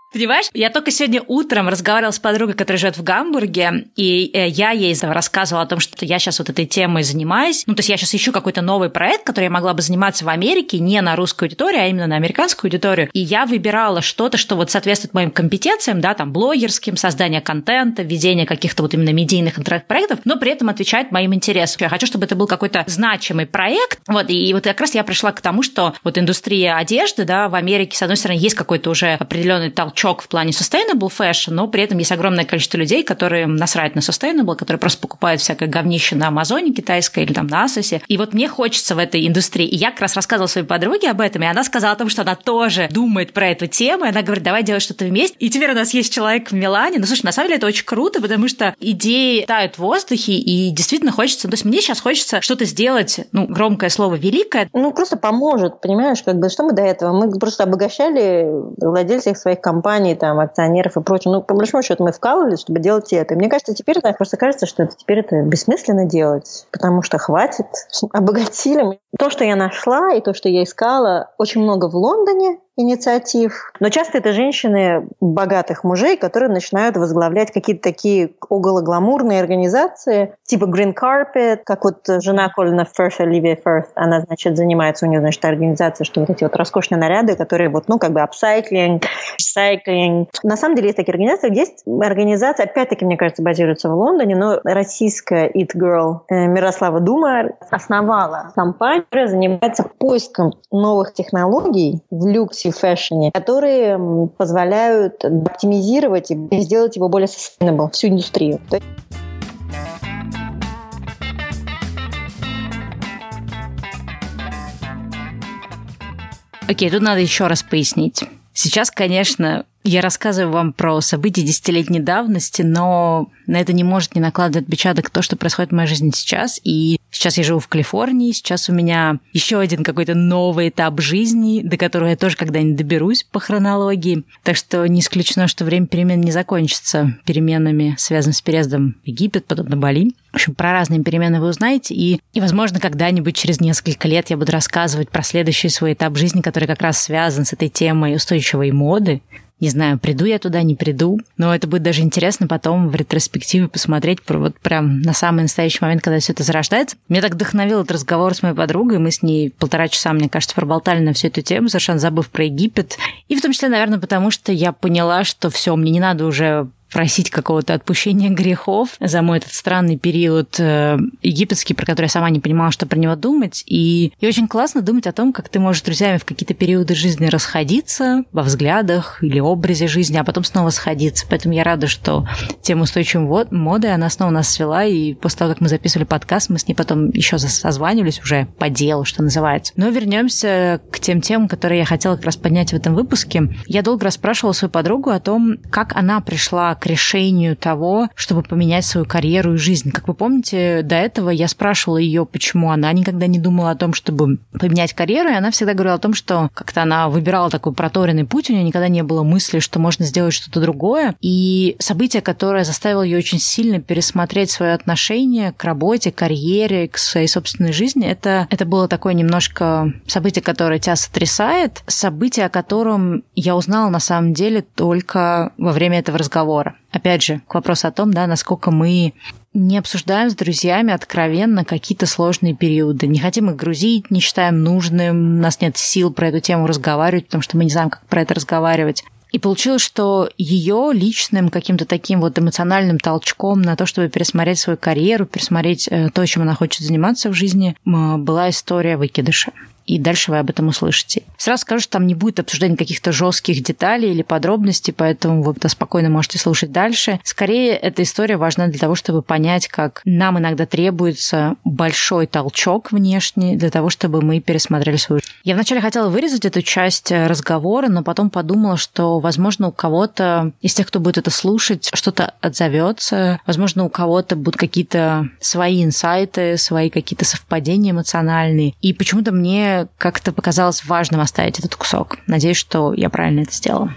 Понимаешь, я только сегодня утром разговаривала с подругой, которая живет в Гамбурге, и я ей рассказывала о том, что я сейчас вот этой темой занимаюсь. То есть я сейчас ищу какой-то новый проект, который я могла бы заниматься в Америке, не на русскую аудиторию, а именно на американскую аудиторию. И я выбирала что-то, что вот соответствует моим компетенциям, да, там, блогерским, создание контента, ведение каких-то вот именно медийных интернет-проектов, но при этом отвечать моим интересам. Я хочу, чтобы это был какой-то значимый проект. Вот, и вот как раз я пришла к тому, что вот индустрия одежды, да, в Америке, с одной стороны, есть какой-то уже определенный толчок в плане sustainable fashion, но при этом есть огромное количество людей, которые насрать на sustainable, которые просто покупают всякое говнище на Амазоне китайское или там на Асосе. И вот мне хочется в этой индустрии. И я как раз рассказывала своей подруге об этом, и она сказала о том, что она тоже думает про эту тему, и она говорит, давай делать что-то вместе. И теперь у нас есть человек в Милане. Слушай, на самом деле это очень круто, потому что идеи тают в воздухе, и действительно хочется... То есть мне сейчас хочется что-то сделать, громкое слово, великое. Просто поможет, понимаешь, что мы до этого? Мы просто обогащали владельцев своих компаний, там, акционеров и прочее. По большому счету мы вкалывали, чтобы делать это. И мне кажется, теперь просто кажется, что теперь это бессмысленно делать, потому что хватит, обогатили. То, что я нашла и то, что я искала, очень много в Лондоне инициатив. Но часто это женщины богатых мужей, которые начинают возглавлять какие-то такие окологламурные организации, типа Green Carpet, как вот жена Колина Ферша, Оливия Ферст, она, занимается, у нее, организация, что вот эти вот роскошные наряды, которые апсайклинг, ресайклинг. На самом деле есть такие организации. Есть организация, опять-таки, мне кажется, базируется в Лондоне, но российская It Girl Мирослава Думар основала компанию, которая занимается поиском новых технологий в люксе, в фэшне, которые позволяют оптимизировать и сделать его более sustainable, всю индустрию. Окей, тут надо еще раз пояснить. Сейчас, конечно, я рассказываю вам про события десятилетней давности, но на это не может не накладывать отпечаток то, что происходит в моей жизни сейчас. И сейчас я живу в Калифорнии, сейчас у меня еще один какой-то новый этап жизни, до которого я тоже когда-нибудь доберусь по хронологии. Так что не исключено, что время перемен не закончится переменами, связанными с переездом в Египет, потом на Бали. В общем, про разные перемены вы узнаете, и возможно, когда-нибудь через несколько лет я буду рассказывать про следующий свой этап жизни, который как раз связан с этой темой устойчивой моды. Не знаю, приду я туда, не приду, но это будет даже интересно потом в ретроспективе посмотреть вот прям на самый настоящий момент, когда все это зарождается. Меня так вдохновил этот разговор с моей подругой, мы с ней 1,5 часа, мне кажется, проболтали на всю эту тему, совершенно забыв про Египет. И в том числе, наверное, потому что я поняла, что все, мне не надо уже просить какого-то отпущения грехов за мой этот странный период египетский, про который я сама не понимала, что про него думать. И очень классно думать о том, как ты можешь с друзьями в какие-то периоды жизни расходиться во взглядах или образе жизни, а потом снова сходиться. Поэтому я рада, что тема устойчивой моды, она снова нас свела, и после того, как мы записывали подкаст, мы с ней потом еще созванивались уже по делу, что называется. Но вернемся к тем темам, которые я хотела как раз поднять в этом выпуске. Я долго расспрашивала свою подругу о том, как она пришла к решению того, чтобы поменять свою карьеру и жизнь. Как вы помните, до этого я спрашивала ее, почему она никогда не думала о том, чтобы поменять карьеру, и она всегда говорила о том, что как-то она выбирала такой проторенный путь, у нее никогда не было мысли, что можно сделать что-то другое. И событие, которое заставило ее очень сильно пересмотреть свое отношение к работе, карьере, к своей собственной жизни, это было такое немножко событие, которое тебя сотрясает, событие, о котором я узнала на самом деле только во время этого разговора. Опять же, к вопросу о том, да, насколько мы не обсуждаем с друзьями откровенно какие-то сложные периоды. Не хотим их грузить, не считаем нужным, у нас нет сил про эту тему разговаривать, потому что мы не знаем, как про это разговаривать. И получилось, что ее личным каким-то таким вот эмоциональным толчком на то, чтобы пересмотреть свою карьеру, пересмотреть то, чем она хочет заниматься в жизни, была история выкидыша. И дальше вы об этом услышите. Сразу скажу, что там не будет обсуждения каких-то жестких деталей или подробностей, поэтому вы спокойно можете слушать дальше. Скорее, эта история важна для того, чтобы понять, как нам иногда требуется большой толчок внешний для того, чтобы мы пересмотрели свою жизнь. Я вначале хотела вырезать эту часть разговора, но потом подумала, что, возможно, у кого-то из тех, кто будет это слушать, что-то отзовется. Возможно, у кого-то будут какие-то свои инсайты, свои какие-то совпадения эмоциональные. И почему-то мне как-то показалось важным оставить этот кусок. Надеюсь, что я правильно это сделала.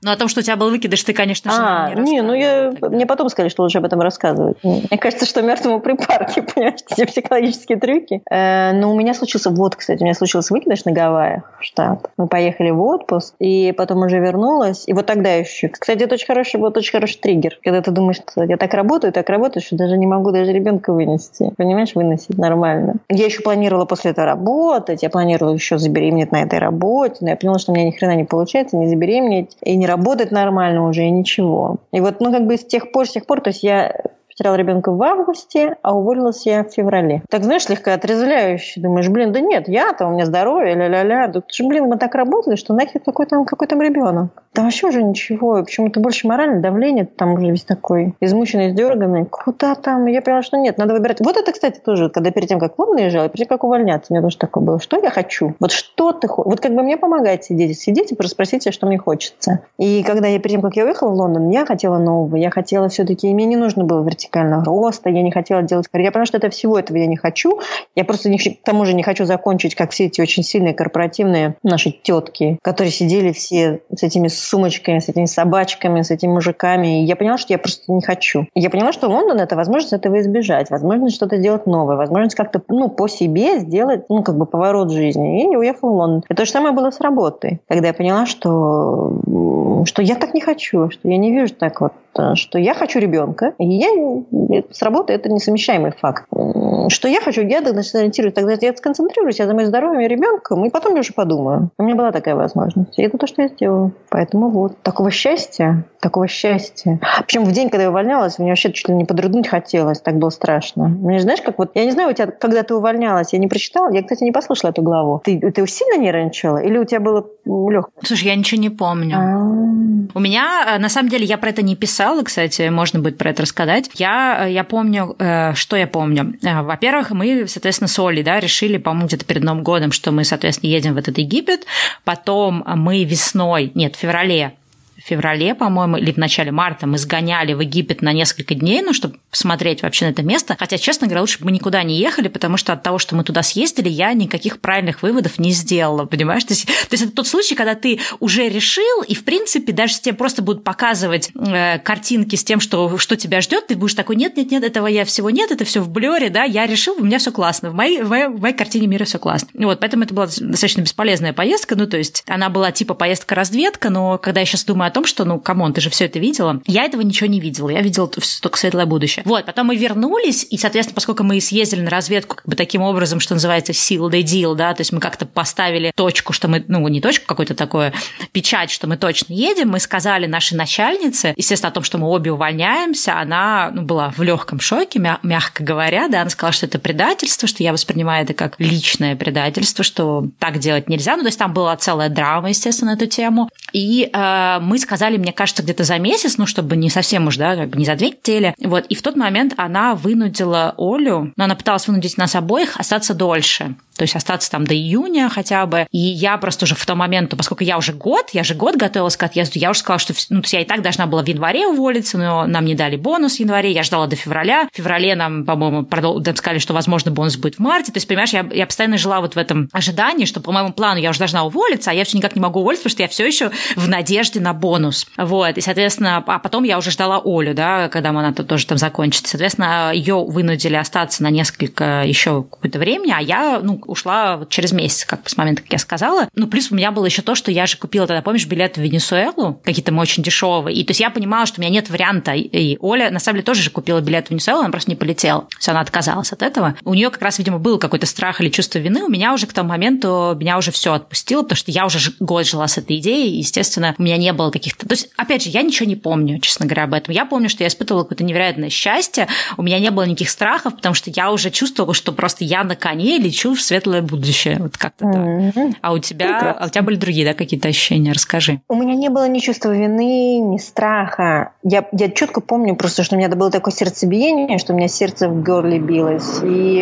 Ну, о том, что у тебя был выкидыш, ты, конечно же, нам не рассказывала. Мне потом сказали, что лучше об этом рассказывать. Мне кажется, что мертвому припарке, понимаешь, эти психологические трюки. Но у меня случился выкидыш на Гавайях, в штат. Мы поехали в отпуск, и потом уже вернулась. И вот тогда еще. Кстати, это очень хороший триггер. Когда ты думаешь, что я так работаю, что даже не могу даже ребенка вынести. Понимаешь, выносить нормально. Я еще планировала после этого работать, я планировала еще забеременеть на этой работе, но я поняла, что у меня ни хрена не получается, не забеременеть, и не работать нормально уже, и ничего. И вот, с тех пор, то есть я потеряла ребенка в августе, а уволилась я в феврале. Так, знаешь, слегка отрезвляюще. Думаешь, да нет, у меня здоровье, ля-ля-ля. Мы так работали, что нахер какой там ребенок. Там вообще уже ничего. Почему-то больше моральное давление, там уже весь такой измученный, издерганный. Куда там? Я поняла, что нет, надо выбирать. Вот это, кстати, тоже, когда перед тем, как в Лондон наезжала, перед тем, как увольняться, у меня тоже такое было. Что я хочу? Вот что ты хочешь? Вот мне помогает сидеть и просто спросите, что мне хочется. И когда перед тем, как я уехала в Лондон, я хотела нового. Я хотела все-таки, мне не нужно было вертикального роста, я не хотела делать карьеру. Я поняла, что всего этого я не хочу. Я просто к тому же не хочу закончить, как все эти очень сильные корпоративные наши тетки, которые сидели все с этими сумочками, с этими собачками, с этими мужиками. И я поняла, что я просто не хочу. И я поняла, что Лондон – это возможность этого избежать, возможность что-то сделать новое, возможность как-то по себе сделать поворот в жизни. И я уехала в Лондон. И то же самое было с работой. Когда я поняла, что я так не хочу, что я не вижу так что я хочу ребенка, и с работой это несовмещаемый факт. Что я хочу, я ориентируюсь, тогда я сконцентрируюсь, я займусь здоровьем и ребенком, и потом я уже подумаю. У меня была такая возможность. И это то, что я сделала. Поэтому такого счастья. Причем в день, когда я увольнялась, мне вообще чуть ли не подрыгнуть хотелось, так было страшно. Мне знаешь, я не знаю, у тебя, когда ты увольнялась, я не прочитала, я, кстати, не послушала эту главу. Ты сильно нервничала? Или у тебя было легко? Слушай, я ничего не помню. У меня, на самом деле, я про это не писала, кстати, можно будет про это рассказать. Я помню, что я помню. Во-первых, мы, соответственно, с Олей, решили, по-моему, где-то перед Новым годом, что мы, соответственно, едем в этот Египет. Потом мы в феврале, по-моему, или в начале марта мы сгоняли в Египет на несколько дней, чтобы посмотреть вообще на это место. Хотя, честно говоря, лучше бы мы никуда не ехали, потому что от того, что мы туда съездили, я никаких правильных выводов не сделала, понимаешь? То есть это тот случай, когда ты уже решил, и, в принципе, даже если тебе просто будут показывать картинки с тем, что тебя ждет, ты будешь такой, нет, этого всего нет, это все в блёре, я решил, у меня все классно, в моей картине мира все классно. Поэтому это была достаточно бесполезная поездка, то есть она была типа поездка-разведка, но когда я сейчас думаю о том, что, камон, ты же все это видела. Я этого ничего не видела. Я видела только светлое будущее. Потом мы вернулись, и, соответственно, поскольку мы съездили на разведку таким образом, что называется seal the deal, то есть мы как-то поставили точку, что мы, не точку, какую-то такую печать, что мы точно едем, мы сказали нашей начальнице, естественно, о том, что мы обе увольняемся, она, была в легком шоке, мягко говоря, она сказала, что это предательство, что я воспринимаю это как личное предательство, что так делать нельзя. То есть там была целая драма, естественно, на эту тему. И мы сказали, мне кажется, где-то за месяц, чтобы не совсем уж, не за 2 недели. И в тот момент она вынудила Олю, она пыталась вынудить нас обоих остаться дольше. То есть остаться там до июня хотя бы. И я просто уже в тот момент, поскольку я же год готовилась к отъезду, я уже сказала, что я и так должна была в январе уволиться, но нам не дали бонус в январе, я ждала до февраля. В феврале нам, по-моему, сказали, что, возможно, бонус будет в марте. То есть, понимаешь, я постоянно жила в этом ожидании, что по моему плану я уже должна уволиться, а я все никак не могу уволиться, потому что я все еще в надежде на бонус. И, соответственно, а потом я уже ждала Олю, когда она тоже там закончится. Соответственно, ее вынудили остаться на несколько еще какое-то времени, а я, ушла через месяц, с момента, как я сказала. Плюс у меня было еще то, что я же купила тогда, помнишь, билеты в Венесуэлу, какие-то мы очень дешевые. И то есть я понимала, что у меня нет варианта. И Оля, на самом деле, тоже же купила билет в Венесуэлу, она просто не полетела. То есть она отказалась от этого. У нее как раз, видимо, был какой-то страх или чувство вины. У меня уже к тому моменту, меня уже все отпустило, потому что я уже год жила с этой идеей, и, естественно, у меня не было каких-то... То есть, опять же, я ничего не помню, честно говоря, об этом. Я помню, что я испытывала какое-то невероятное счастье, у меня не было никаких страхов, потому что я уже чувствовала, что просто я на коне лечу в светлое будущее. Как-то так. А у тебя были другие, какие-то ощущения? Расскажи. У меня не было ни чувства вины, ни страха. Я четко помню просто, что у меня было такое сердцебиение, что у меня сердце в горле билось.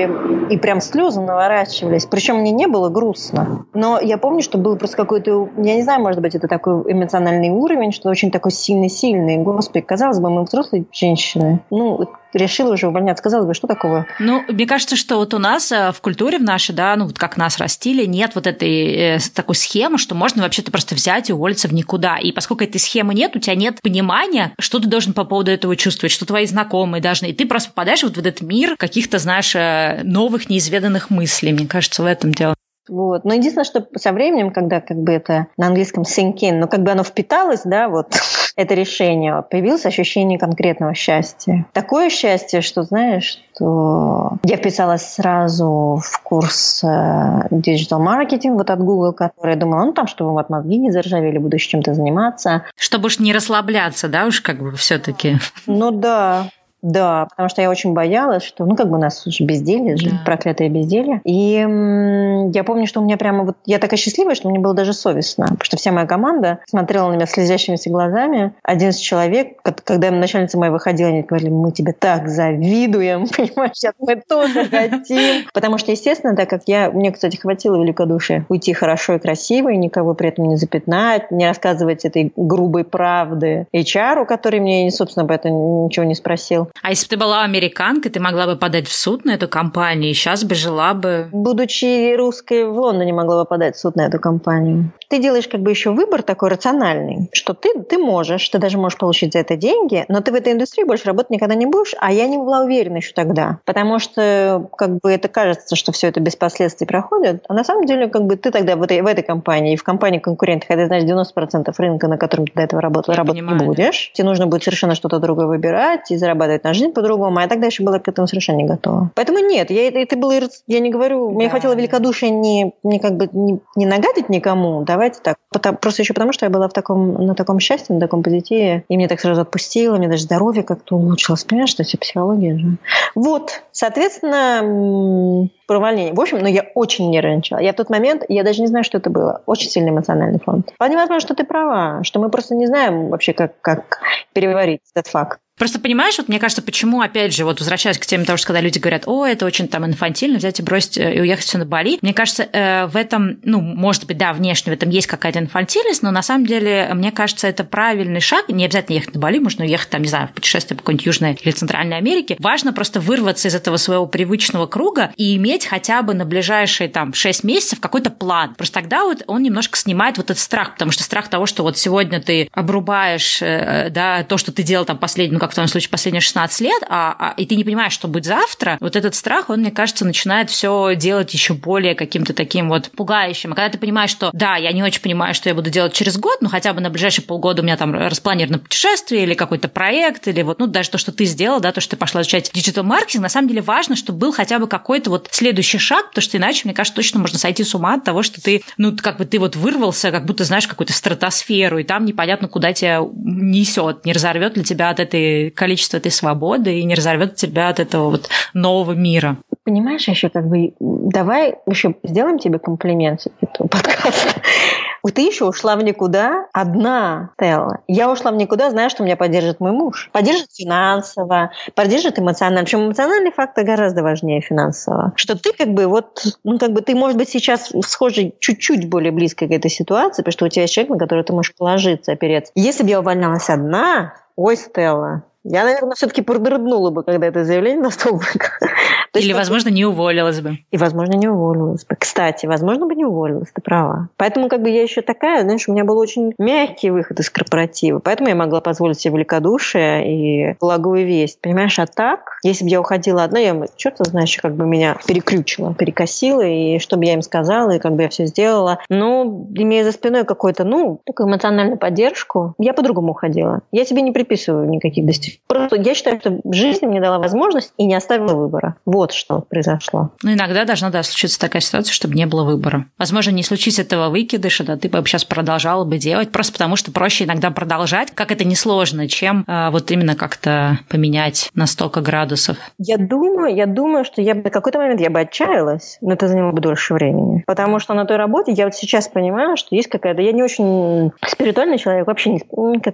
И прям слезы наворачивались. Причем мне не было грустно. Но я помню, что был просто какой-то... Я не знаю, может быть, это такой эмоциональный уровень, что очень такой сильный-сильный. Господи, казалось бы, мы взрослые женщины. решила уже увольняться. Сказала бы, что такого? Ну, мне кажется, что вот у нас в культуре в нашей, да, ну вот как нас растили, нет вот этой такой схемы, что можно вообще-то просто взять и уволиться в никуда. И поскольку этой схемы нет, у тебя нет понимания, что ты должен по поводу этого чувствовать, что твои знакомые должны. И ты просто попадаешь вот в этот мир каких-то, знаешь, новых, неизведанных мыслей. Мне кажется, в этом дело. Вот. Но единственное, что со временем, когда как бы это на английском sink in, но как бы оно впиталось, да, вот это решение, появилось ощущение конкретного счастья. Такое счастье, что, знаешь, что я вписалась сразу в курс digital marketing вот от Google, который я думала, ну там, чтобы вот мозги не заржавели, буду еще чем-то заниматься. Чтобы уж не расслабляться, да, уж как бы все-таки. Ну да. Да, потому что я очень боялась, что, ну, как бы у нас уже безделье, да. Проклятое безделье. И я помню, что у меня прямо вот... Я такая счастливая, что мне было даже совестно, потому что вся моя команда смотрела на меня слезящимися глазами. 11 человек, когда начальница моя выходила, они говорили, мы тебе так завидуем, понимаешь, сейчас мы тоже хотим. Потому что, естественно, так как мне, кстати, хватило великодушия уйти хорошо и красиво, и никого при этом не запятнать, не рассказывать этой грубой правды HR-у, который мне, собственно, об этом ничего не спросил. А если бы ты была американкой, ты могла бы подать в суд на эту компанию, и сейчас бы жила бы... Будучи русской, в Лондоне могла бы подать в суд на эту компанию. Ты делаешь как бы еще выбор такой рациональный, что ты можешь, ты даже можешь получить за это деньги, но ты в этой индустрии больше работать никогда не будешь, а я не была уверена еще тогда. Потому что как бы это кажется, что все это без последствий проходит, а на самом деле как бы ты тогда в этой компании и в компании конкурентах, когда ты знаешь 90% рынка, на котором ты до этого работала, работать не будешь. Тебе нужно будет совершенно что-то другое выбирать и зарабатывать на жизнь по-другому, а я тогда еще была к этому совершенно не готова. Поэтому нет, я не говорю, мне хватило великодушия не нагадить никому, давайте так. Просто еще потому, что я была на таком счастье, на таком позитиве, и мне так сразу отпустило, мне даже здоровье как-то улучшилось. Понимаешь, что это психология же. Вот, соответственно, про увольнение. В общем, я очень нервничала. Я в тот момент, я даже не знаю, что это было. Очень сильный эмоциональный фон. Вполне возможно, что ты права, что мы просто не знаем вообще, как переварить этот факт. Просто понимаешь, вот мне кажется, почему, опять же, вот возвращаясь к теме того, что когда люди говорят, это очень там инфантильно, взять и бросить и уехать все на Бали. Мне кажется, в этом, может быть, да, внешне в этом есть какая-то инфантильность, но на самом деле, мне кажется, это правильный шаг. Не обязательно ехать на Бали, можно уехать там, не знаю, в путешествие по какой-нибудь Южной или Центральной Америке. Важно просто вырваться из этого своего привычного круга и иметь хотя бы на ближайшие там 6 месяцев какой-то план. Просто тогда вот он немножко снимает вот этот страх, потому что страх того, что вот сегодня ты обрубаешь, да, то, что ты делал там последний, как в том случае последние 16 лет, и ты не понимаешь, что будет завтра, вот этот страх, он, мне кажется, начинает все делать еще более каким-то таким вот пугающим. А когда ты понимаешь, что да, я не очень понимаю, что я буду делать через год, но хотя бы на ближайшие полгода у меня там распланировано путешествие или какой-то проект, или вот, даже то, что ты сделала, да, то, что ты пошла изучать диджитал-маркетинг, на самом деле важно, чтобы был хотя бы какой-то вот следующий шаг, потому что иначе, мне кажется, точно можно сойти с ума от того, что ты, как бы ты вот вырвался, как будто знаешь какую-то стратосферу, и там непонятно, куда тебя несет, не разорвет ли тебя от этой количества этой свободы и не разорвет тебя от этого вот нового мира. Понимаешь, еще как бы давай еще сделаем тебе комплимент этого подкаста. Ты еще ушла в никуда одна, Стелла. Я ушла в никуда, зная, что меня поддержит мой муж. Поддержит финансово, поддержит эмоционально. Причем эмоциональный фактор гораздо важнее финансового. Что ты как бы ты, может быть, сейчас схожа чуть-чуть более близко к этой ситуации, потому что у тебя есть человек, на который ты можешь положиться, опереться. Если бы я увольнялась одна, Стелла, я, наверное, все-таки продрыднула бы, когда это заявление на стол вышло. Или, возможно, не уволилась бы. И, возможно, не уволилась бы. Кстати, возможно, бы не уволилась, ты права. Поэтому как бы я еще такая, знаешь, у меня был очень мягкий выход из корпоратива. Поэтому я могла позволить себе великодушие и благую весть. Понимаешь, а так, если бы я уходила одна, я, черт знаешь, как бы меня перекосила, и что бы я им сказала, и как бы я все сделала. Но, имея за спиной какую-то, такую эмоциональную поддержку, я по-другому уходила. Я себе не приписываю никаких достижений. Просто я считаю, что жизнь мне дала возможность и не оставила выбора. Вот что произошло. Иногда должна, случиться такая ситуация, чтобы не было выбора. Возможно, не случись этого выкидыша, да, ты бы сейчас продолжала бы делать, просто потому что проще иногда продолжать, как это несложно, чем вот именно как-то поменять на 100 градусов. Я думаю, что в какой-то момент я бы отчаялась, но это заняло бы дольше времени. Потому что на той работе я вот сейчас понимаю, что есть какая-то... Я не очень спиритуальный человек, вообще я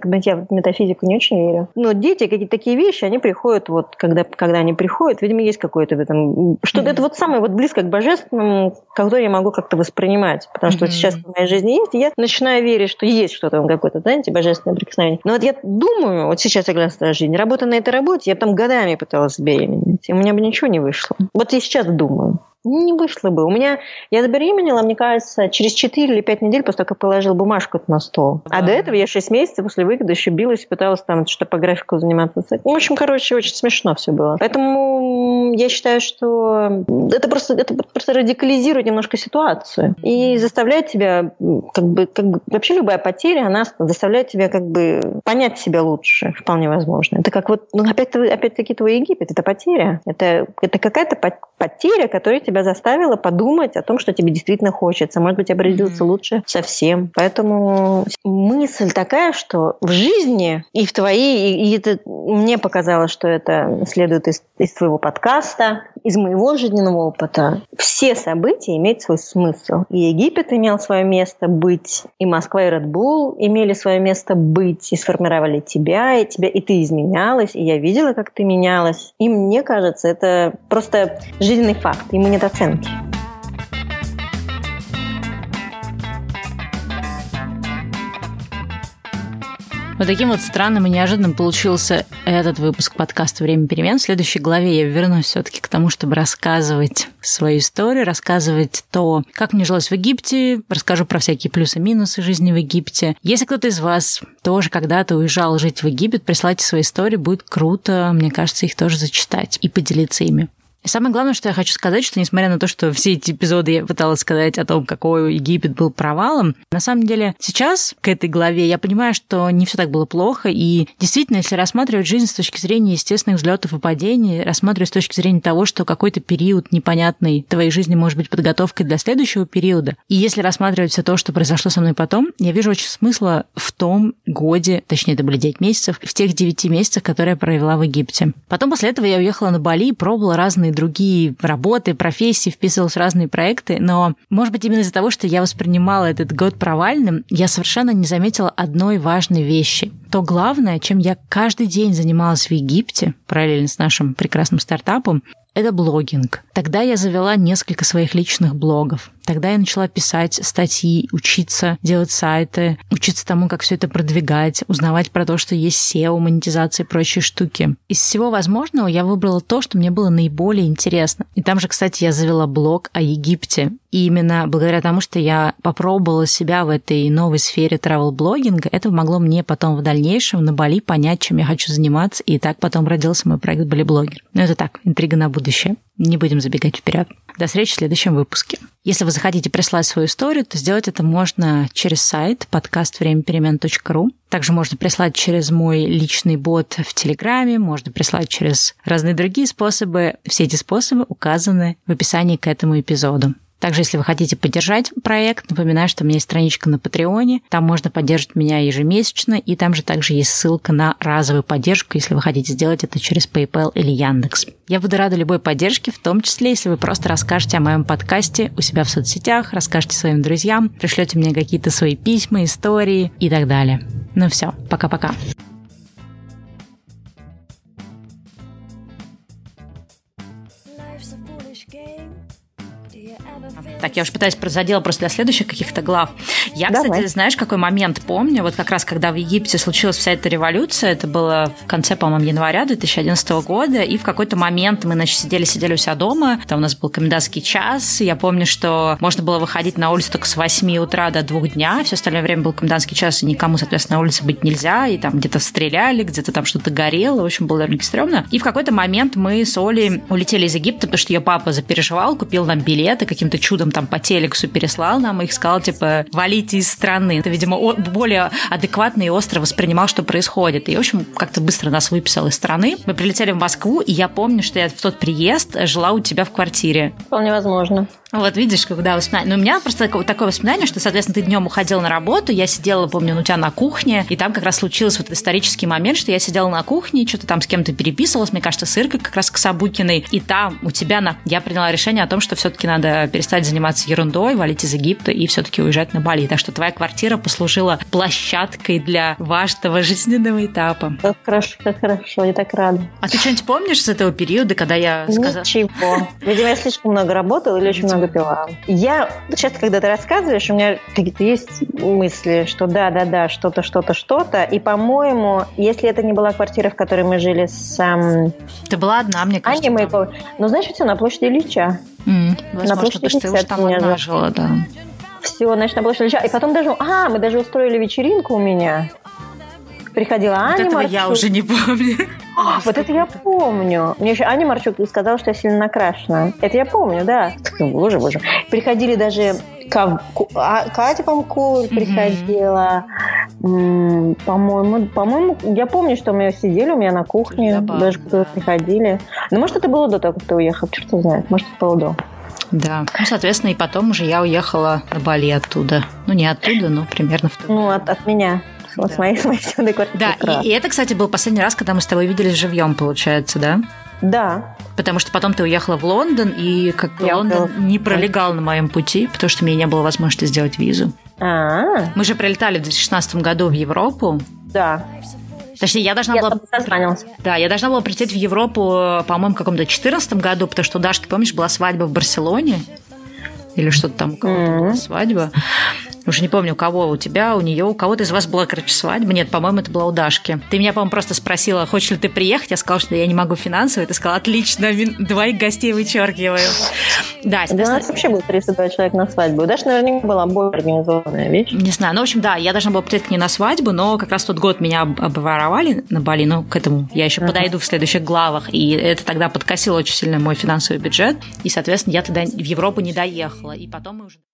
в метафизику не очень верю. Но дети, какие-то такие вещи, они приходят, вот когда они приходят, видимо, есть какое-то в этом. Что-то это вот самое вот близкое к божественному, которое я могу как-то воспринимать. Потому что вот сейчас в моей жизни есть, и я начинаю верить, что есть что-то какое-то, знаете, божественное прикосновение. Но вот я думаю, вот сейчас я глядя на жизнь, работая на этой работе, я там годами пыталась беременеть, и у меня бы ничего не вышло. Вот я сейчас думаю. Не вышло бы. Я забеременела, мне кажется, через 4 или 5 недель после того, как положила бумажку на стол. Да. А до этого я 6 месяцев после выхода еще билась, пыталась там что-то по графику заниматься. В общем, очень смешно все было. Поэтому я считаю, что это просто радикализирует немножко ситуацию и заставляет тебя, как бы вообще любая потеря, она заставляет тебя как бы понять себя лучше, вполне возможно. Это как вот, опять-таки твой Египет, это потеря. Это какая-то потеря, которая тебя заставила подумать о том, что тебе действительно хочется. Может быть, определиться лучше совсем. Поэтому мысль такая, что в жизни и в твоей, и это мне показалось, что это следует из твоего подкаста, из моего жизненного опыта. Все события имеют свой смысл. И Египет имел свое место быть, и Москва, и Red Bull имели свое место быть, и сформировали тебя, и ты изменялась, и я видела, как ты менялась. И мне кажется, это просто жизненный факт. Ему нет оценки. Вот таким вот странным и неожиданным получился этот выпуск подкаста «Время перемен». В следующей главе я вернусь все-таки к тому, чтобы рассказывать свою историю, рассказывать то, как мне жилось в Египте, расскажу про всякие плюсы-минусы жизни в Египте. Если кто-то из вас тоже когда-то уезжал жить в Египет, присылайте свои истории, будет круто, мне кажется, их тоже зачитать и поделиться ими. И самое главное, что я хочу сказать, что несмотря на то, что все эти эпизоды я пыталась сказать о том, какой Египет был провалом, на самом деле сейчас к этой главе я понимаю, что не все так было плохо, и действительно, если рассматривать жизнь с точки зрения естественных взлетов и падений, рассматривать с точки зрения того, что какой-то период непонятный твоей жизни может быть подготовкой для следующего периода, и если рассматривать все то, что произошло со мной потом, я вижу очень смысла в том годе, точнее, это были 9 месяцев, в тех 9 месяцах, которые я провела в Египте. Потом после этого я уехала на Бали и пробовала разные другие работы, профессии, вписывалась в разные проекты, но, может быть, именно из-за того, что я воспринимала этот год провальным, я совершенно не заметила одной важной вещи. То главное, чем я каждый день занималась в Египте, параллельно с нашим прекрасным стартапом, это блогинг. Тогда я завела несколько своих личных блогов. Тогда я начала писать статьи, учиться делать сайты, учиться тому, как все это продвигать, узнавать про то, что есть SEO, монетизация и прочие штуки. Из всего возможного я выбрала то, что мне было наиболее интересно. И там же, кстати, я завела блог о Египте. И именно благодаря тому, что я попробовала себя в этой новой сфере travel-блогинга, это помогло мне потом в дальнейшем на Бали понять, чем я хочу заниматься. И так потом родился мой проект «Бали-блогер». Но это так, интрига на будущее. Не будем забегать вперед. До встречи в следующем выпуске. Если вы захотите прислать свою историю, то сделать это можно через сайт подкаст-времяперемен.ру. Также можно прислать через мой личный бот в Телеграме, можно прислать через разные другие способы. Все эти способы указаны в описании к этому эпизоду. Также, если вы хотите поддержать проект, напоминаю, что у меня есть страничка на Патреоне, там можно поддерживать меня ежемесячно, и там же также есть ссылка на разовую поддержку, если вы хотите сделать это через PayPal или Яндекс. Я буду рада любой поддержке, в том числе, если вы просто расскажете о моем подкасте у себя в соцсетях, расскажете своим друзьям, пришлете мне какие-то свои письма, истории и так далее. Ну все, пока-пока. Так, я уж пытаюсь про задел просто для следующих каких-то глав. Я, кстати, знаешь, какой момент помню? Вот как раз, когда в Египте случилась вся эта революция, это было в конце, по-моему, января 2011 года, и в какой-то момент мы, значит, сидели у себя дома, там у нас был комендантский час, я помню, что можно было выходить на улицу только с 8 утра до 2 дня, все остальное время был комендантский час, и никому, соответственно, на улице быть нельзя, и там где-то стреляли, где-то там что-то горело, в общем, было довольно стрёмно. И в какой-то момент мы с Олей улетели из Египта, потому что ее папа запереживал, купил нам билеты, каким-то чудом там по телексу переслал нам их, сказал, типа, валите из страны. Это, видимо, более адекватно и остро воспринимал, что происходит. И, в общем, как-то быстро нас выписал из страны. Мы прилетели в Москву, и я помню, что я в тот приезд жила у тебя в квартире. Вполне возможно. Вот видишь, когда воспоминания. Но у меня просто такое воспоминание, что, соответственно, ты днем уходила на работу, я сидела, помню, у тебя на кухне, и там как раз случился вот исторический момент, что я сидела на кухне, что-то там с кем-то переписывалась, мне кажется, с Иркой как раз Кособукиной, и там у тебя я приняла решение о том, что все-таки надо перестать заниматься ерундой, валить из Египта и все-таки уезжать на Бали. Так что твоя квартира послужила площадкой для важного жизненного этапа. Как хорошо, я так рада. А ты что-нибудь помнишь с этого периода, когда я сказала... Ничего. Видимо, я слишком много работала или очень много пила. Я сейчас, когда ты рассказываешь, у меня какие-то есть мысли, что да, что-то. И, по-моему, если это не была квартира, в которой мы жили с... Ты была одна, мне кажется. Ну, знаешь, все на площади Ильича. На площади Ильича. Ты уж там одна жила, да. Все, значит, на площади Ильича. И потом даже... мы даже устроили вечеринку у меня. Приходила Аня Марчук. Я уже не помню. Вот это я помню. Мне еще Аня Марчук сказала, что я сильно накрашена. Это я помню, да. Боже. Приходили даже... Катя Памковой приходила. По-моему, я помню, что мы сидели у меня на кухне. Забавно, даже кто-то приходили. Но может, это было до того, как ты уехал. Черт его знает. Может, это было до. Да. Соответственно, и потом уже я уехала на Бали оттуда. Не оттуда, но примерно в то. От меня. Вот с моей съемной квартиры. Да, и это, кстати, был последний раз, когда мы с тобой виделись живьем, получается, да? Да. Потому что потом ты уехала в Лондон, и Лондон не пролегал на моем пути, потому что мне не было возможности сделать визу. Мы же прилетали в 2016 году в Европу. Да. Точнее, я должна была... Да, я должна была прилететь в Европу, по-моему, в каком-то 2014 году, потому что у Дашки, помнишь, была свадьба в Барселоне? Или что-то там, у кого-то была свадьба. Уже не помню, у кого, у тебя, у нее, у кого-то из вас была, свадьба. Нет, по-моему, это была у Дашки. Ты меня, по-моему, просто спросила, хочешь ли ты приехать? Я сказала, что я не могу финансово. Ты сказала, отлично, 2 гостей вычеркиваю. Да, у нас вообще было 32 человека на свадьбу. У Даши наверняка была более организованная вещь. Не знаю. В общем, да, я должна была прийти к ней на свадьбу, но как раз тот год меня обворовали на Бали. Но к этому я еще подойду в следующих главах. И это тогда подкосило очень сильно мой финансовый бюджет. И, соответственно, я тогда в Европу не доехала. И потом мы уже...